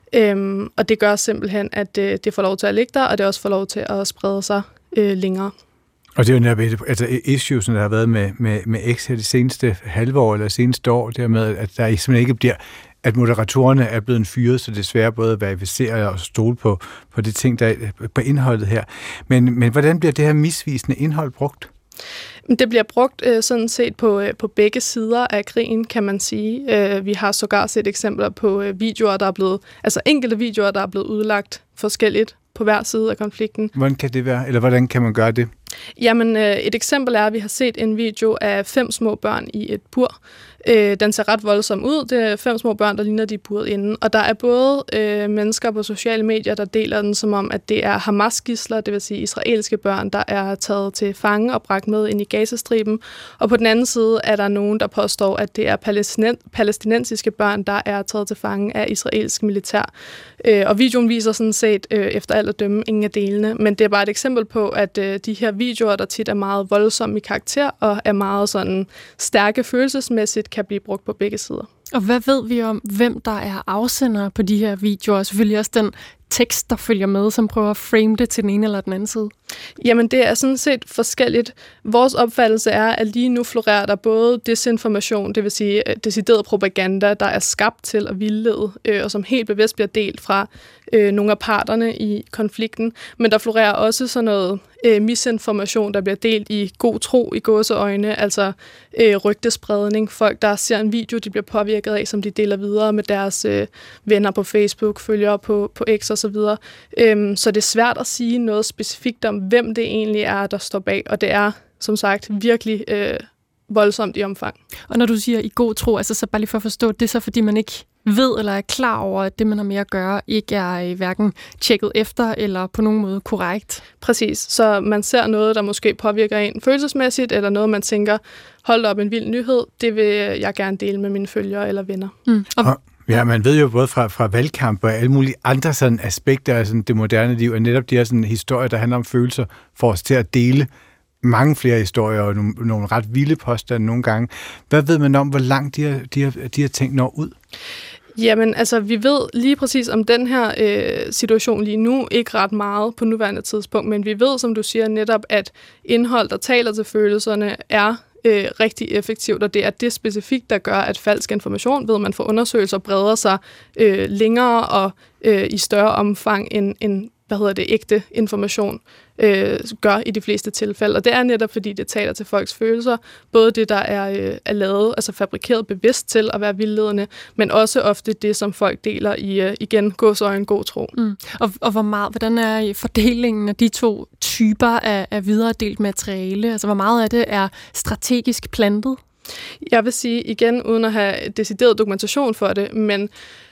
Øhm, og det gør simpelthen, at øh, det får lov til at ligge der, og det også får lov til at sprede sig øh, længere. Og det er jo netop et altså issues, der har været med, med, med X her de seneste halve år eller seneste år, dermed, at der simpelthen ikke bliver, at moderatorerne er blevet fyret, så det er svært både at verificere og stole på, på de ting, der er på indholdet her. Men, men hvordan bliver det her misvisende indhold brugt? Det bliver brugt øh, sådan set på, øh, på begge sider af krigen, kan man sige. Øh, vi har sågar set eksempler på øh, videoer, der er blevet, altså enkelte videoer, der er blevet udlagt forskelligt på hver side af konflikten. Hvordan kan det være, eller hvordan kan man gøre det? Jamen, øh, et eksempel er, at vi har set en video af fem små børn i et bur. Øh, den ser ret voldsom ud. Det er fem små børn, der ligner de buret inden. Og der er både øh, mennesker på sociale medier, der deler den som om, at det er Hamas-gidsler, det vil sige israelske børn, der er taget til fange og bragt med ind i Gazastriben. Og på den anden side er der nogen, der påstår, at det er palæstinen- palæstinensiske børn, der er taget til fange af israelsk militær. Øh, og videoen viser sådan set øh, efter alt at dømme ingen af delene. Men det er bare et eksempel på, at øh, de her videoer, der tit er meget voldsomme i karakter og er meget sådan stærke følelsesmæssigt, kan blive brugt på begge sider. Og hvad ved vi om, hvem der er afsendere på de her videoer? Og selvfølgelig også den tekst, der følger med, som prøver at frame det til den ene eller den anden side. Jamen, det er sådan set forskelligt. Vores opfattelse er, at lige nu florerer der både desinformation, det vil sige decideret propaganda, der er skabt til at vildlede, øh, og som helt bevidst bliver delt fra øh, nogle af parterne i konflikten. Men der florerer også sådan noget øh, misinformation, der bliver delt i god tro, i gåseøjne, altså øh, rygtespredning. Folk, der ser en video, de bliver påvirket påvirket af, som de deler videre med deres øh, venner på Facebook, følgere på, på X og så videre. Øhm, så det er svært at sige noget specifikt om, hvem det egentlig er, der står bag, og det er, som sagt, virkelig øh, voldsomt i omfang. Og når du siger i god tro, altså så bare lige for at forstå, det er så fordi man ikke ved eller er klar over, at det, man har med at gøre, ikke er hverken tjekket efter eller på nogen måde korrekt. Præcis. Så man ser noget, der måske påvirker en følelsesmæssigt, eller noget, man tænker, hold op en vild nyhed, det vil jeg gerne dele med mine følgere eller venner. Mm. Og Og, ja, man ved jo både fra, fra valgkamp og alle mulige andre sådan aspekter af sådan det moderne liv, at netop de her sådan historier, der handler om følelser, får os til at dele mange flere historier og nogle, nogle ret vilde påstande nogle gange. Hvad ved man om, hvor langt de her, de her, de her ting når ud? Jamen, altså, vi ved lige præcis om den her øh, situation lige nu ikke ret meget på nuværende tidspunkt, men vi ved, som du siger, netop, at indhold, der taler til følelserne, er øh, rigtig effektivt, og det er det specifikt, der gør, at falsk information, ved man får undersøgelser, breder sig øh, længere og øh, i større omfang end, end hvad hedder det, ægte information øh, gør i de fleste tilfælde. Og det er netop, fordi det taler til folks følelser. Både det, der er, øh, er lavet, altså fabrikeret bevidst til at være vildledende, men også ofte det, som folk deler i, øh, igen, gåseøjne, god tro. Mm. Og, og hvor meget, hvordan er fordelingen af de to typer af, af videredelt materiale? Altså, hvor meget af det er strategisk plantet? Jeg vil sige, igen, uden at have decideret dokumentation for det, men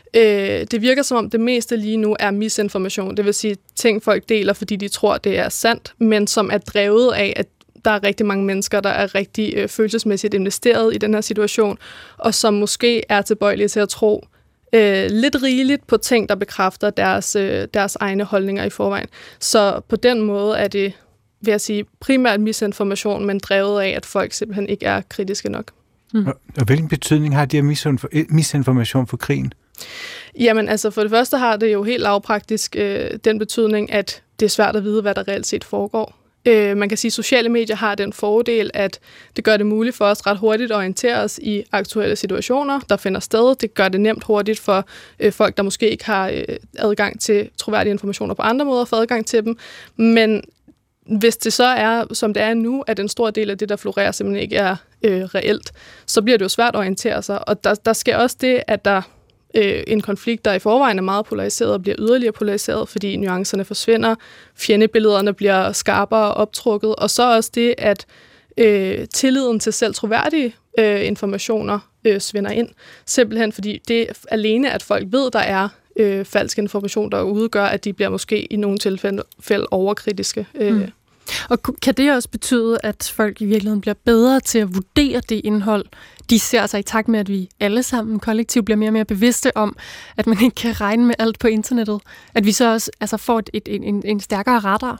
Øh, det virker som om det meste lige nu er misinformation, det vil sige ting folk deler, fordi de tror, det er sandt, men som er drevet af, at der er rigtig mange mennesker, der er rigtig øh, følelsesmæssigt investeret i den her situation, og som måske er tilbøjelige til at tro øh, lidt rigeligt på ting, der bekræfter deres, øh, deres egne holdninger i forvejen. Så på den måde er det, vil jeg sige, primært misinformation, men drevet af, at folk simpelthen ikke er kritiske nok. Mm. Og, og hvilken betydning har de her misinformation for krigen? Jamen altså for det første har det jo helt lavpraktisk øh, den betydning, at det er svært at vide, hvad der reelt set foregår. Øh, man kan sige, at sociale medier har den fordel, at det gør det muligt for os ret hurtigt at orientere os i aktuelle situationer, der finder sted. Det gør det nemt hurtigt for øh, folk, der måske ikke har øh, adgang til troværdige informationer på andre måder, for adgang til dem. Men hvis det så er, som det er nu, at en stor del af det, der florerer, simpelthen ikke er øh, reelt, så bliver det jo svært at orientere sig. Og der, der sker også det, at der øh, en konflikt, der i forvejen er meget polariseret, og bliver yderligere polariseret, fordi nuancerne forsvinder, fjendebillederne bliver skarpere og optrukket, og så også det, at øh, tilliden til selv troværdige øh, informationer øh, svinder ind. Simpelthen fordi det alene, at folk ved, der er øh, falsk information derude, gør, at de bliver måske i nogle tilfælde overkritiske. Øh. Mm. Og kan det også betyde, at folk i virkeligheden bliver bedre til at vurdere det indhold, de ser sig i takt med, at vi alle sammen kollektivt bliver mere og mere bevidste om, at man ikke kan regne med alt på internettet? At vi så også altså, får et, et, en, en stærkere radar?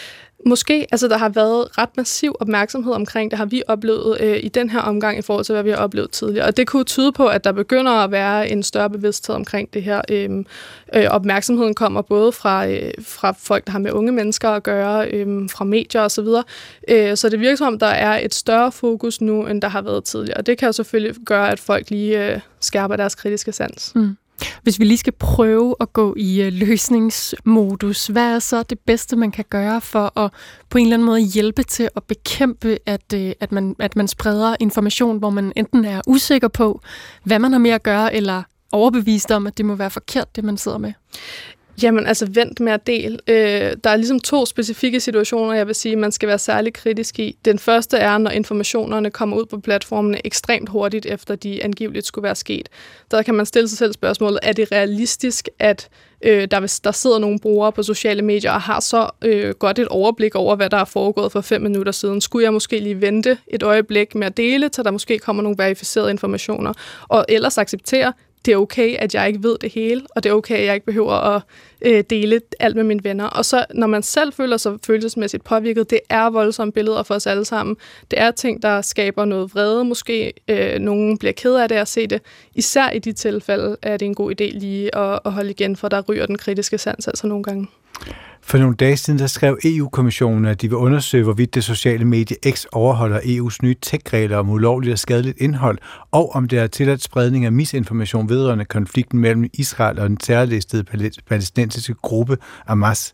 Måske, altså der har været ret massiv opmærksomhed omkring, det har vi oplevet øh, i den her omgang i forhold til, hvad vi har oplevet tidligere. Og det kunne tyde på, at der begynder at være en større bevidsthed omkring det her. Øh, øh, opmærksomheden kommer både fra, øh, fra folk, der har med unge mennesker at gøre, øh, fra medier osv. Øh, så det virker som om, der er et større fokus nu, end der har været tidligere. Og det kan jo selvfølgelig gøre, at folk lige øh, skærper deres kritiske sans. Mm. Hvis vi lige skal prøve at gå i løsningsmodus, hvad er så det bedste, man kan gøre for at på en eller anden måde hjælpe til at bekæmpe, at, at, man, at man spreder information, hvor man enten er usikker på, hvad man har med at gøre, eller overbevist om, at det må være forkert, det man sidder med? Jamen, altså vent med at dele. Øh, der er ligesom to specifikke situationer, jeg vil sige, man skal være særlig kritisk i. Den første er, når informationerne kommer ud på platformene ekstremt hurtigt, efter de angiveligt skulle være sket. Der kan man stille sig selv spørgsmålet, er det realistisk, at øh, der, der sidder nogle brugere på sociale medier og har så øh, godt et overblik over, hvad der er foregået for fem minutter siden? Skulle jeg måske lige vente et øjeblik med at dele, til der måske kommer nogle verificerede informationer, og ellers acceptere, det er okay, at jeg ikke ved det hele, og det er okay, at jeg ikke behøver at øh, dele alt med mine venner. Og så, når man selv føler sig følelsesmæssigt påvirket, det er voldsomme billeder for os alle sammen. Det er ting, der skaber noget vrede. Måske øh, nogen bliver ked af det at se det. Især i de tilfælde er det en god idé lige at, at holde igen, for der ryger den kritiske sans altså nogle gange. For nogle dage siden, der skrev E U-kommissionen, at de vil undersøge, hvorvidt det sociale medie X overholder E U's nye tech-regler om ulovligt og skadeligt indhold, og om det er tilladt spredning af misinformation vedrørende konflikten mellem Israel og den terrorlistede palæstinensiske gruppe Hamas.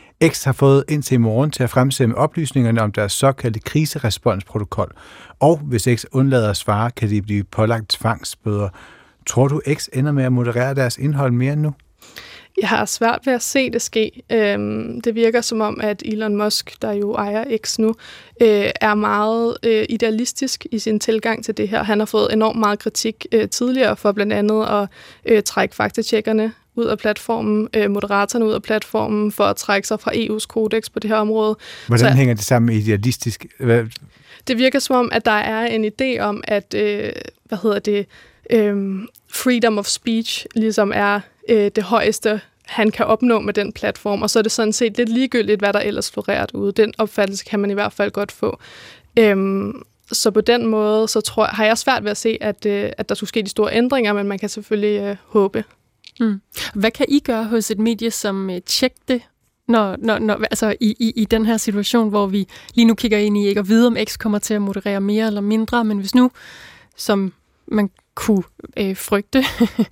X har fået indtil i morgen til at fremsende oplysningerne om deres såkaldte kriseresponsprotokol, og hvis X undlader at svare, kan de blive pålagt tvangsbøder. Tror du, X ender med at moderere deres indhold mere nu? Jeg har svært ved at se det ske. Øhm, det virker som om, at Elon Musk, der jo ejer X nu, øh, er meget øh, idealistisk i sin tilgang til det her. Han har fået enormt meget kritik øh, tidligere for blandt andet at øh, trække faktatjekkerne ud af platformen, øh, moderatorerne ud af platformen, for at trække sig fra E U's kodex på det her område. Hvordan Så, hænger det sammen med idealistisk? Hvad? Det virker som om, at der er en idé om, at øh, hvad hedder det, øh, freedom of speech ligesom er øh, det højeste, han kan opnå med den platform, og så er det sådan set lidt ligegyldigt, hvad der ellers florerer derude. Den opfattelse kan man i hvert fald godt få. Øhm, så på den måde, så tror jeg, har jeg svært ved at se, at, øh, at der skulle ske de store ændringer, men man kan selvfølgelig øh, håbe. Mm. Hvad kan I gøre hos et medie som uh, Tjek Det, når, når, når, altså i, i, i den her situation, hvor vi lige nu kigger ind i ikke at vide, om X kommer til at moderere mere eller mindre, men hvis nu, som man kunne øh, frygte,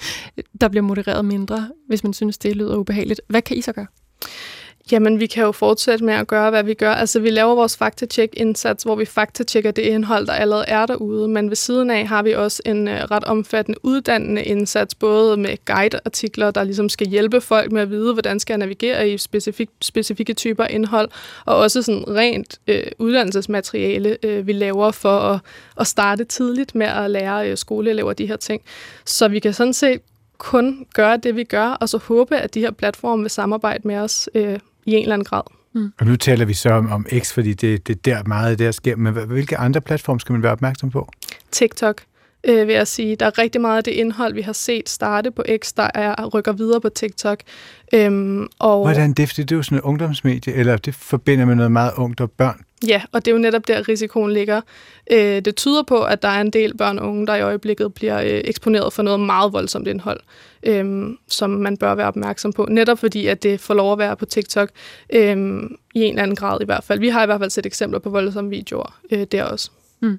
der bliver modereret mindre, hvis man synes, det lyder ubehageligt. Hvad kan I så gøre? Jamen, vi kan jo fortsætte med at gøre, hvad vi gør. Altså, vi laver vores faktatjek-indsats, hvor vi faktatjekker det indhold, der allerede er derude, men ved siden af har vi også en uh, ret omfattende uddannende indsats, både med guide-artikler, der ligesom skal hjælpe folk med at vide, hvordan skal jeg navigere i specifik, specifikke typer indhold, og også sådan rent uh, uddannelsesmateriale, uh, vi laver for at, at starte tidligt med at lære uh, skoleelever de her ting. Så vi kan sådan set kun gøre det, vi gør, og så håbe, at de her platforme vil samarbejde med os øh, i en eller anden grad. Mm. Og nu taler vi så om, om X, fordi det, det er der meget der sker, men hvilke andre platforme skal man være opmærksom på? TikTok, øh, vil jeg sige. Der er rigtig meget af det indhold, vi har set starte på X, der er rykker videre på TikTok. Øhm, og Hvordan det? Det er jo sådan et ungdomsmedie, eller det forbinder med noget meget ungt og børn? Ja, og det er jo netop der, risikoen ligger. Øh, det tyder på, at der er en del børn og unge, der i øjeblikket bliver øh, eksponeret for noget meget voldsomt indhold, øh, som man bør være opmærksom på. Netop fordi, at det får lov at være på TikTok, øh, i en eller anden grad i hvert fald. Vi har i hvert fald set eksempler på voldsomme videoer øh, der også. Mm.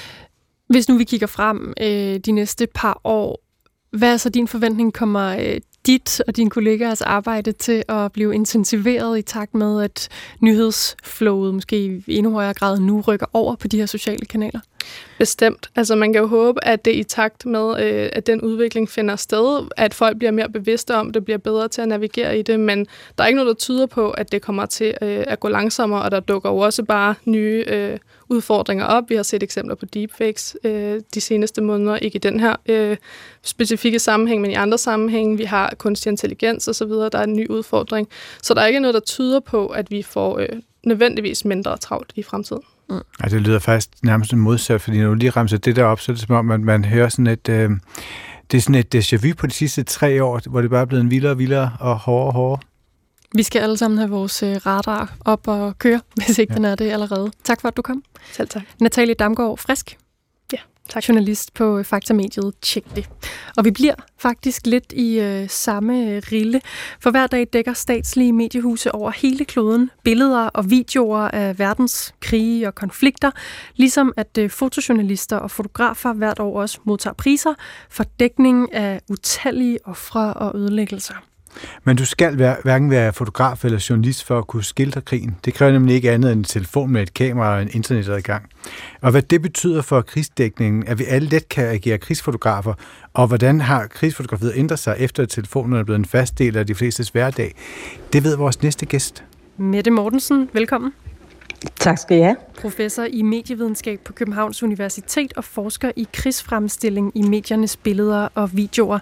Hvis nu vi kigger frem øh, de næste par år, hvad er så din forventning? Kommer øh, dit og dine kollegaers arbejde til at blive intensiveret i takt med, at nyhedsflowet måske i endnu højere grad nu rykker over på de her sociale kanaler? Bestemt. Altså man kan jo håbe, at det i takt med, øh, at den udvikling finder sted, at folk bliver mere bevidste om det, bliver bedre til at navigere i det, men der er ikke noget, der tyder på, at det kommer til øh, at gå langsommere, og der dukker jo også bare nye øh, udfordringer op. Vi har set eksempler på deepfakes øh, de seneste måneder, ikke i den her øh, specifikke sammenhæng, men i andre sammenhænge. Vi har kunstig intelligens osv., der er en ny udfordring. Så der er ikke noget, der tyder på, at vi får øh, nødvendigvis mindre travlt i fremtiden. Mm. Ja, det lyder faktisk nærmest modsat, fordi når du lige ramser det der op, så er det som om, at man hører sådan et, øh, det er sådan et déjà vu på de sidste tre år, hvor det bare er blevet en vildere og vildere og hårdere og hårdere. Vi skal alle sammen have vores radar op og køre, hvis ikke ja. den er det allerede. Tak for, at du kom. Selv tak. Natalie Damgaard Frisk. Ja, tak. Journalist på Faktamediet Tjek Det. Og vi bliver faktisk lidt i øh, samme rille, for hver dag dækker statslige mediehuse over hele kloden billeder og videoer af verdens krige og konflikter, ligesom at øh, fotojournalister og fotografer hvert år også modtager priser for dækning af utallige ofre og ødelæggelser. Men du skal være, hverken være fotograf eller journalist for at kunne skildre krigen. Det kræver nemlig ikke andet end en telefon med et kamera og en internetadgang. Og hvad det betyder for krigsdækningen, at vi alle let kan agere krigsfotografer, og hvordan har krigsfotografiet ændret sig efter, at telefonen er blevet en fast del af de flestes hverdag, det ved vores næste gæst. Mette Mortensen, velkommen. Tak skal I have. Professor i medievidenskab på Københavns Universitet og forsker i krigsfremstilling i mediernes billeder og videoer.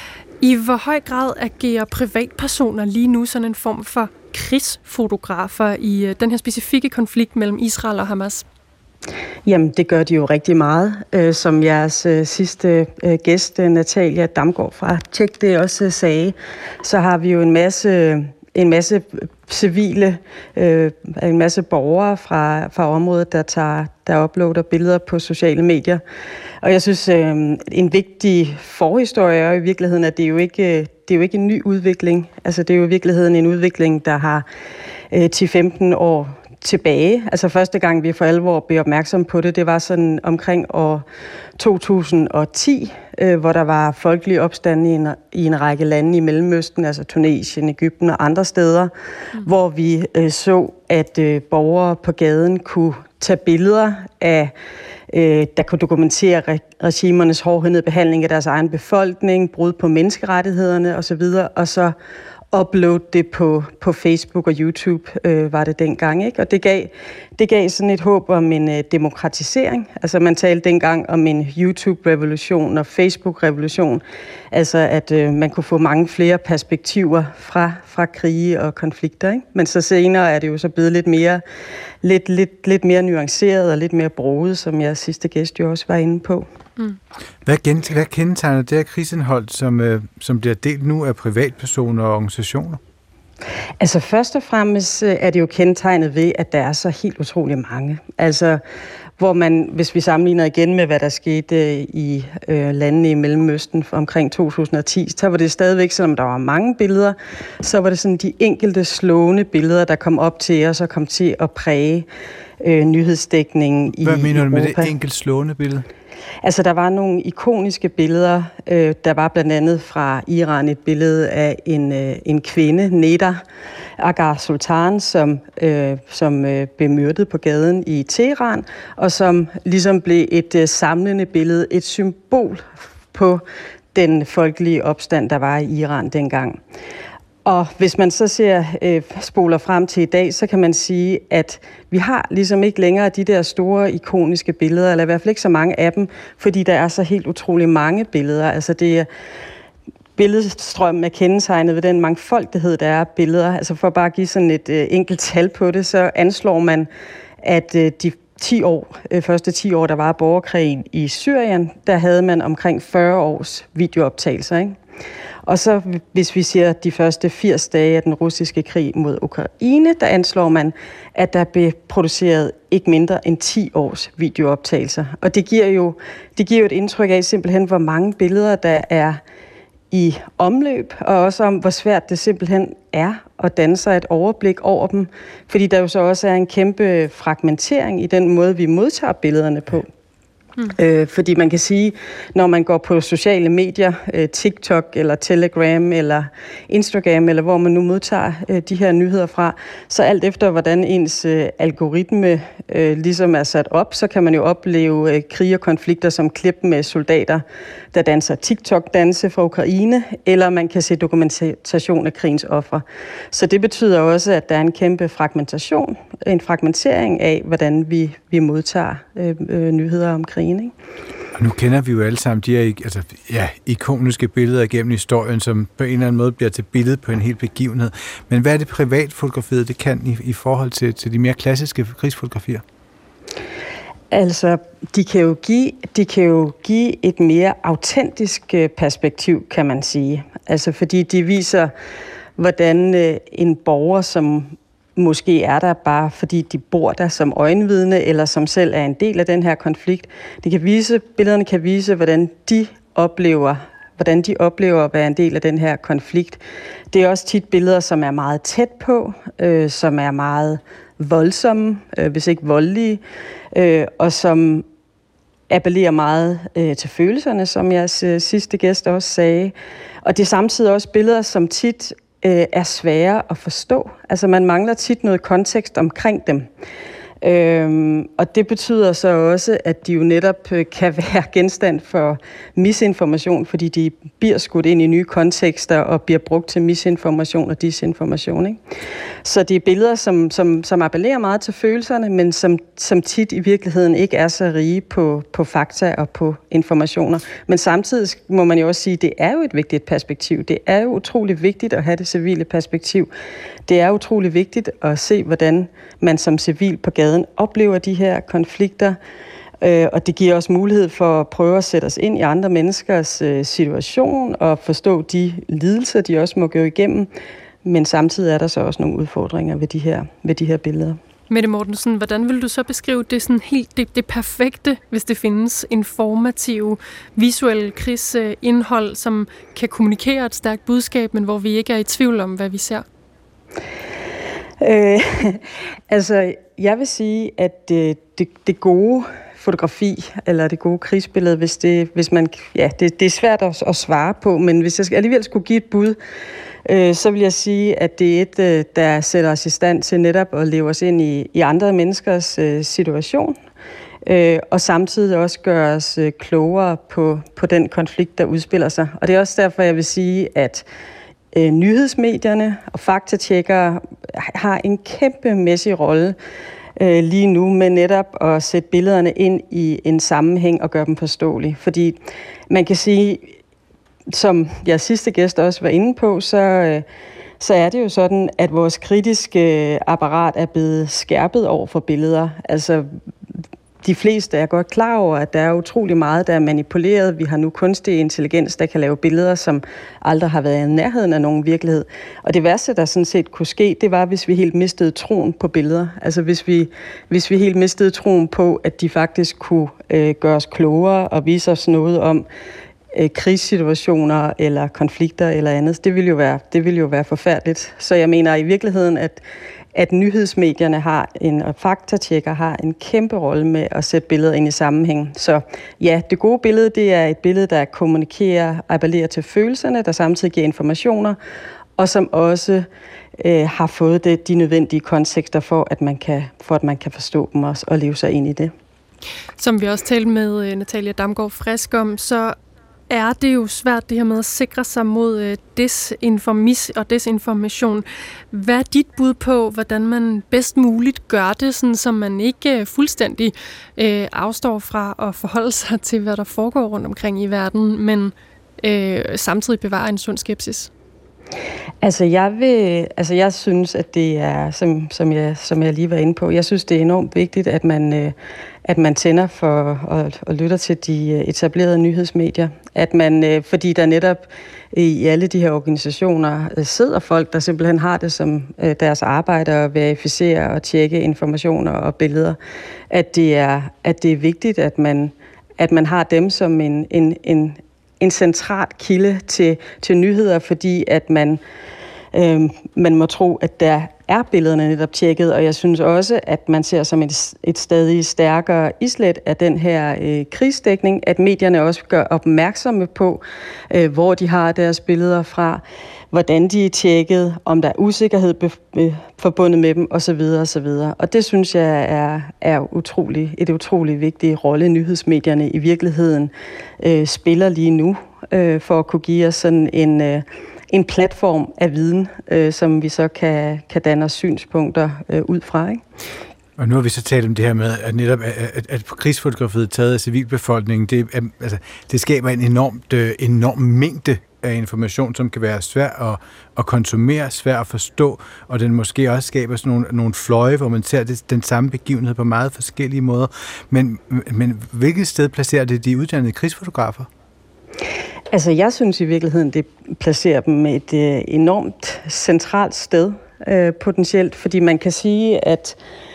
I hvor høj grad agerer privatpersoner lige nu sådan en form for krigsfotografer i den her specifikke konflikt mellem Israel og Hamas? Jamen, det gør de jo rigtig meget. Som jeres sidste gæst, Natalia Damgaard fra Tjek Det også sagde, så har vi jo en masse, en masse civile, en masse borgere fra, fra området, der, tager, der uploader billeder på sociale medier. Og jeg synes, øh, en vigtig forhistorie er i virkeligheden, at det er jo ikke, det er jo ikke en ny udvikling. Altså, det er jo i virkeligheden en udvikling, der har øh, ti til femten år tilbage. Altså, første gang vi for alvor blev opmærksom på det, det var sådan omkring år to tusind og ti, øh, hvor der var folkelige opstande i en, i en række lande i Mellemøsten, altså Tunesien, Egypten og andre steder, mm. hvor vi øh, så, at øh, borgere på gaden kunne tage billeder af øh, der kunne dokumentere re- regimernes hårdhændede behandling af deres egen befolkning, brud på menneskerettighederne osv., og så uploade det på, på Facebook og YouTube, øh, var det dengang, ikke? Og det gav, det gav sådan et håb om en øh, demokratisering. Altså man talte dengang om en YouTube-revolution og Facebook-revolution. Altså at øh, man kunne få mange flere perspektiver fra, fra krige og konflikter, ikke? Men så senere er det jo så blevet lidt mere, lidt, lidt, lidt mere nuanceret og lidt mere broget, som jeg sidste gæst jo også var inde på. Mm. Hvad, gen, hvad kendetegner det her krigsindhold, som, øh, som bliver delt nu af privatpersoner og organisationer? Altså først og fremmest er det jo kendetegnet ved, at der er så helt utrolig mange. Altså hvor man, hvis vi sammenligner igen med, hvad der skete i øh, landene i Mellemøsten omkring to tusind og ti, så var det stadigvæk, selvom der var mange billeder, så var det sådan de enkelte slående billeder, der kom op til os og kom til at præge øh, nyhedsdækningen i Hvad mener du med Europa. det enkelt slående billede? Altså, der var nogle ikoniske billeder. Øh, der var blandt andet fra Iran et billede af en, øh, en kvinde, Neda Agar Sultan, som, øh, som øh, blev myrdet på gaden i Teheran, og som ligesom blev et øh, samlende billede, et symbol på den folkelige opstand, der var i Iran dengang. Og hvis man så ser, øh, spoler frem til i dag, så kan man sige, at vi har ligesom ikke længere de der store ikoniske billeder, eller i hvert fald ikke så mange af dem, fordi der er så helt utrolig mange billeder. Altså det er billedstrømmen er kendetegnet ved den mangfoldighed, der er af billeder. Altså for bare at give sådan et øh, enkelt tal på det, så anslår man, at øh, de ti år, øh, første ti år, der var borgerkrigen i Syrien, der havde man omkring fyrre års videooptagelser, ikke? Og så hvis vi ser de første firs dage af den russiske krig mod Ukraine, der anslår man, at der blev produceret ikke mindre end ti års videooptagelser. Og det giver jo, det giver jo et indtryk af simpelthen, hvor mange billeder der er i omløb, og også om, hvor svært det simpelthen er at danne sig et overblik over dem, fordi der jo så også er en kæmpe fragmentering i den måde, vi modtager billederne på. Mm. Øh, fordi man kan sige, når man går på sociale medier, øh, TikTok eller Telegram eller Instagram, eller hvor man nu modtager øh, de her nyheder fra, så alt efter hvordan ens øh, algoritme øh, ligesom er sat op, så kan man jo opleve øh, krige og konflikter som klip med soldater, der danser TikTok-danse fra Ukraine, eller man kan se dokumentation af krigens ofre. Så det betyder også, at der er en kæmpe fragmentation, en fragmentering af, hvordan vi, vi modtager øh, øh, nyheder om krigen. Ikke? Og nu kender vi jo alle sammen de her altså, ja, ikoniske billeder igennem historien, som på en eller anden måde bliver til billede på en hel begivenhed. Men hvad er det privatfotografiet, det kan i, i forhold til, til de mere klassiske krigsfotografier? Altså, de kan jo give, de kan jo give et mere autentisk perspektiv, kan man sige. Altså, fordi de viser, hvordan en borger, som måske er der bare fordi de bor der som øjenvidne, eller som selv er en del af den her konflikt. De kan vise, billederne kan vise, hvordan de oplever, hvordan de oplever at være en del af den her konflikt. Det er også tit billeder, som er meget tæt på, øh, som er meget voldsomme, øh, hvis ikke voldelige, øh, og som appellerer meget øh, til følelserne, som jeres øh, sidste gæst også sagde. Og det er samtidig også billeder, som tit øh, er svære at forstå. Altså man mangler tit noget kontekst omkring dem. Øhm, og det betyder så også, at de jo netop kan være genstand for misinformation, fordi de bliver skudt ind i nye kontekster og bliver brugt til misinformation og disinformation. Ikke? Så det er billeder, som, som, som appellerer meget til følelserne, men som, som tit i virkeligheden ikke er så rige på, på fakta og på informationer. Men samtidig må man jo også sige, at det er jo et vigtigt perspektiv. Det er jo utrolig vigtigt at have det civile perspektiv. Det er utrolig vigtigt at se, hvordan man som civil på gaden oplever de her konflikter, øh, og det giver os mulighed for at prøve at sætte os ind i andre menneskers øh, situation og forstå de lidelser, de også må gå igennem, men samtidig er der så også nogle udfordringer ved de her, ved de her billeder. Mette Mortensen, hvordan vil du så beskrive det sådan helt det, det perfekte, hvis det findes informative, visuelle krigsindhold, som kan kommunikere et stærkt budskab, men hvor vi ikke er i tvivl om, hvad vi ser? Øh, altså, jeg vil sige, at det, det, det gode fotografi, eller det gode krigsbillede, hvis, det, hvis man, ja, det, det er svært at, at svare på, men hvis jeg alligevel skulle give et bud, øh, så vil jeg sige, at det er et, der sætter os i stand til netop at leve os ind i, i andre menneskers øh, situation, øh, og samtidig også gøre os øh, klogere på, på den konflikt, der udspiller sig. Og det er også derfor, jeg vil sige, at øh, nyhedsmedierne og faktatjekkere har en kæmpemæssig rolle øh, lige nu med netop at sætte billederne ind i en sammenhæng og gøre dem forståelige. Fordi man kan sige, som jeg sidste gæst også var inde på, så, øh, så er det jo sådan, at vores kritiske apparat er blevet skærpet over for billeder. Altså, de fleste er godt klar over, at der er utrolig meget, der er manipuleret. Vi har nu kunstig intelligens, der kan lave billeder, som aldrig har været i nærheden af nogen virkelighed. Og det værste, der sådan set kunne ske, det var, hvis vi helt mistede troen på billeder. Altså hvis vi, hvis vi helt mistede troen på, at de faktisk kunne øh, gøre os klogere og vise os noget om øh, krigssituationer eller konflikter eller andet. Det ville jo være, det ville jo være forfærdeligt. Så jeg mener i virkeligheden, at at nyhedsmedierne har en, og faktatjekker har en kæmpe rolle med at sætte billedet ind i sammenhæng. Så ja, det gode billede, det er et billede, der kommunikerer, appellerer til følelserne, der samtidig giver informationer, og som også øh, har fået det, de nødvendige kontekster for, at man kan, for at man kan forstå dem også, og leve sig ind i det. Som vi også talte med Natalia Damgaard Frisk om, så er det jo svært det her med at sikre sig mod desinformis og desinformation. Hvad er dit bud på, hvordan man bedst muligt gør det, sådan, så man ikke fuldstændig øh, afstår fra at forholde sig til, hvad der foregår rundt omkring i verden, men øh, samtidig bevarer en sund skepsis? Altså jeg vil, altså jeg synes, at det er, som, som, jeg, som jeg lige var inde på, jeg synes, det er enormt vigtigt, at man, øh, at man tænder for og, og lytter til de etablerede nyhedsmedier. At man, øh, fordi der netop i alle de her organisationer øh, sidder folk, der simpelthen har det som øh, deres arbejde at verificere og tjekke informationer og billeder. At det er, at det er vigtigt, at man, at man har dem som en, en, en en central kilde til, til nyheder, fordi at man, øh, man må tro, at der er billederne netop tjekket, og jeg synes også, at man ser som et, et stadig stærkere islet af den her øh, krigsdækning, at medierne også gør opmærksomme på, øh, hvor de har deres billeder fra, hvordan de er tjekket, om der er usikkerhed be- be- forbundet med dem, osv. osv. Og det synes jeg er, er utrolig, et utrolig vigtigt rolle, nyhedsmedierne i virkeligheden øh, spiller lige nu, øh, for at kunne give os sådan en, øh, en platform af viden, øh, som vi så kan, kan danne os synspunkter øh, ud fra, ikke? Og nu har vi så talt om det her med, at netop at, at krigsfotografiet taget af civilbefolkningen, det, er, altså, det skaber en enormt, øh, enorm mængde af information, som kan være svær at, at konsumere, svær at forstå, og den måske også skaber sådan nogle, nogle fløje, hvor man ser det, den samme begivenhed på meget forskellige måder. Men, men hvilket sted placerer det de uddannede krigsfotografer? Altså, jeg synes i virkeligheden, det placerer dem et øh, enormt centralt sted, øh, potentielt, fordi man kan sige, at,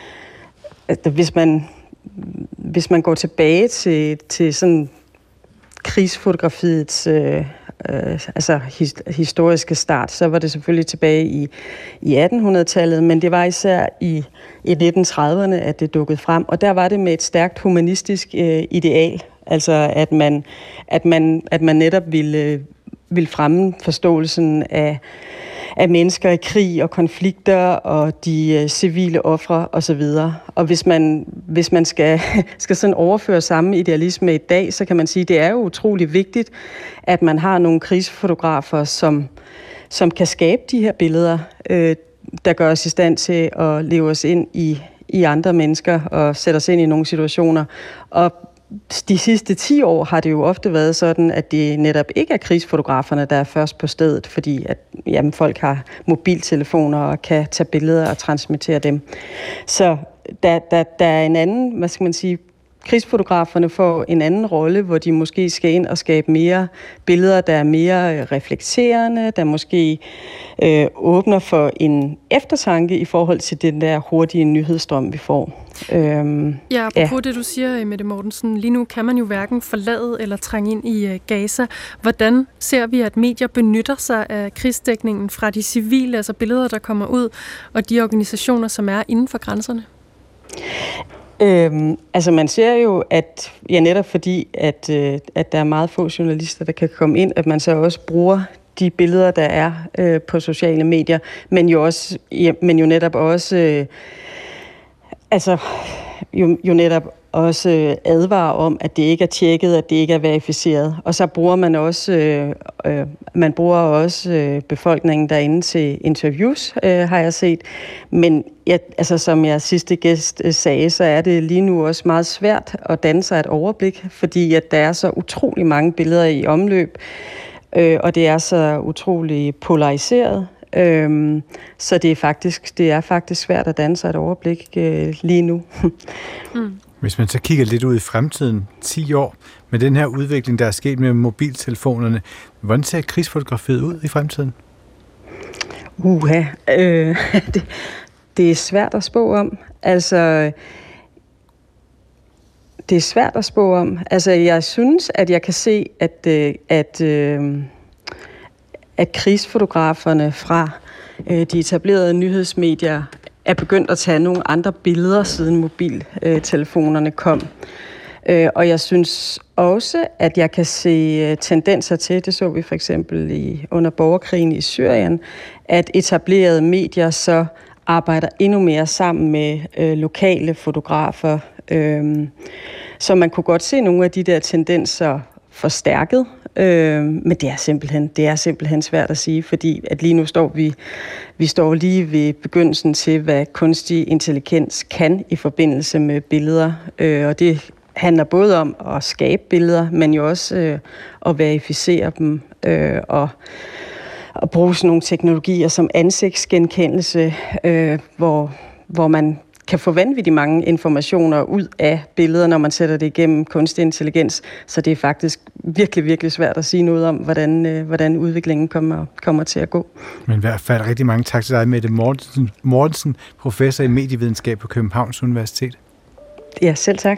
at hvis man hvis man går tilbage til, til sådan krigsfotografiets øh, øh, altså his, historiske start, så var det selvfølgelig tilbage i, i attenhundredetallet, men det var især i, i nitten trediverne, at det dukkede frem, og der var det med et stærkt humanistisk øh, ideal, altså at man, at man, at man netop ville, ville fremme forståelsen af af mennesker i krig og konflikter og de øh, civile ofre osv. Og hvis man, hvis man skal, skal sådan overføre samme idealisme i dag, så kan man sige, at det er jo utrolig vigtigt, at man har nogle krigsfotografer, som, som kan skabe de her billeder, øh, der gør os i stand til at leve os ind i, i andre mennesker og sætte os ind i nogle situationer. Og de sidste ti år har det jo ofte været sådan, at det netop ikke er krigsfotograferne, der er først på stedet, fordi at, jamen, folk har mobiltelefoner og kan tage billeder og transmittere dem. Så der, der, der er en anden, hvad skal man sige, krigsfotograferne får en anden rolle, hvor de måske skal ind og skabe mere billeder, der er mere reflekterende, der måske øh, åbner for en eftertanke i forhold til den der hurtige nyhedsstrøm, vi får. Øhm, ja, apropos ja. det, du siger, Mette Mortensen, lige nu kan man jo hverken forlade eller trænge ind i Gaza. Hvordan ser vi, at medier benytter sig af krigsdækningen fra de civile, altså billeder, der kommer ud, og de organisationer, som er inden for grænserne? Øhm, altså man ser jo, at ja, netop fordi, at, øh, at der er meget få journalister, der kan komme ind, at man så også bruger de billeder, der er øh, på sociale medier, men jo også, ja, men jo netop også, øh, altså jo, jo netop også advarer om, at det ikke er tjekket, at det ikke er verificeret. Og så bruger man også, øh, øh, man bruger også øh, befolkningen derinde til interviews, øh, har jeg set. Men ja, altså, som jeg sidste gæst øh, sagde, så er det lige nu også meget svært at danne sig et overblik, fordi at der er så utrolig mange billeder i omløb, øh, og det er så utrolig polariseret. Øhm, så det er faktisk det er faktisk svært at danne sig et overblik øh, lige nu. mm. Hvis man så kigger lidt ud i fremtiden, ti år, med den her udvikling, der er sket med mobiltelefonerne, hvordan ser krigsfotografiet ud i fremtiden? Uha, øh, det, det er svært at spå om. Altså, det er svært at spå om. Altså, jeg synes, at jeg kan se, at at øh, at krigsfotograferne fra øh, de etablerede nyhedsmedier er begyndt at tage nogle andre billeder, siden mobiltelefonerne kom. Øh, og jeg synes også, at jeg kan se tendenser til, det så vi for eksempel i, under borgerkrigen i Syrien, at etablerede medier så arbejder endnu mere sammen med øh, lokale fotografer. Øh, så man kunne godt se nogle af de der tendenser forstærket. Øh, men det er simpelthen det er simpelthen svært at sige, fordi at lige nu står vi vi står lige ved begyndelsen til, hvad kunstig intelligens kan i forbindelse med billeder, øh, og det handler både om at skabe billeder, men jo også øh, at verificere dem øh, og og bruge sådan nogle teknologier som ansigtsgenkendelse, øh, hvor hvor man kan få vanvittigt mange informationer ud af billeder, når man sætter det igennem kunstig intelligens. Så det er faktisk virkelig, virkelig svært at sige noget om, hvordan, øh, hvordan udviklingen kommer, kommer til at gå. Men i hvert fald rigtig mange tak til dig, Mette Mortensen, Mortensen, professor i medievidenskab på Københavns Universitet. Ja, selv tak.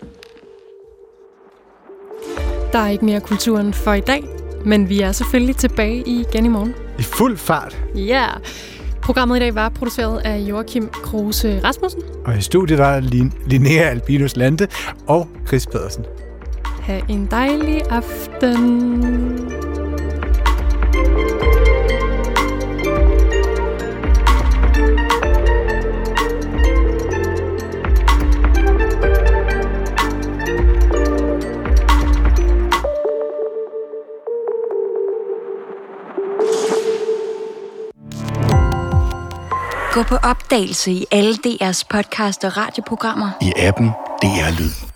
Der er ikke mere kulturen for i dag, men vi er selvfølgelig tilbage igen i morgen. I fuld fart. Ja. Yeah. Programmet i dag var produceret af Joachim Kruse Rasmussen. Og i studiet var Linnea Albinus Lande og Chris Pedersen. Ha' en dejlig aften. Gå på opdagelse i alle D R's podcast og radioprogrammer. I appen D R Lyd.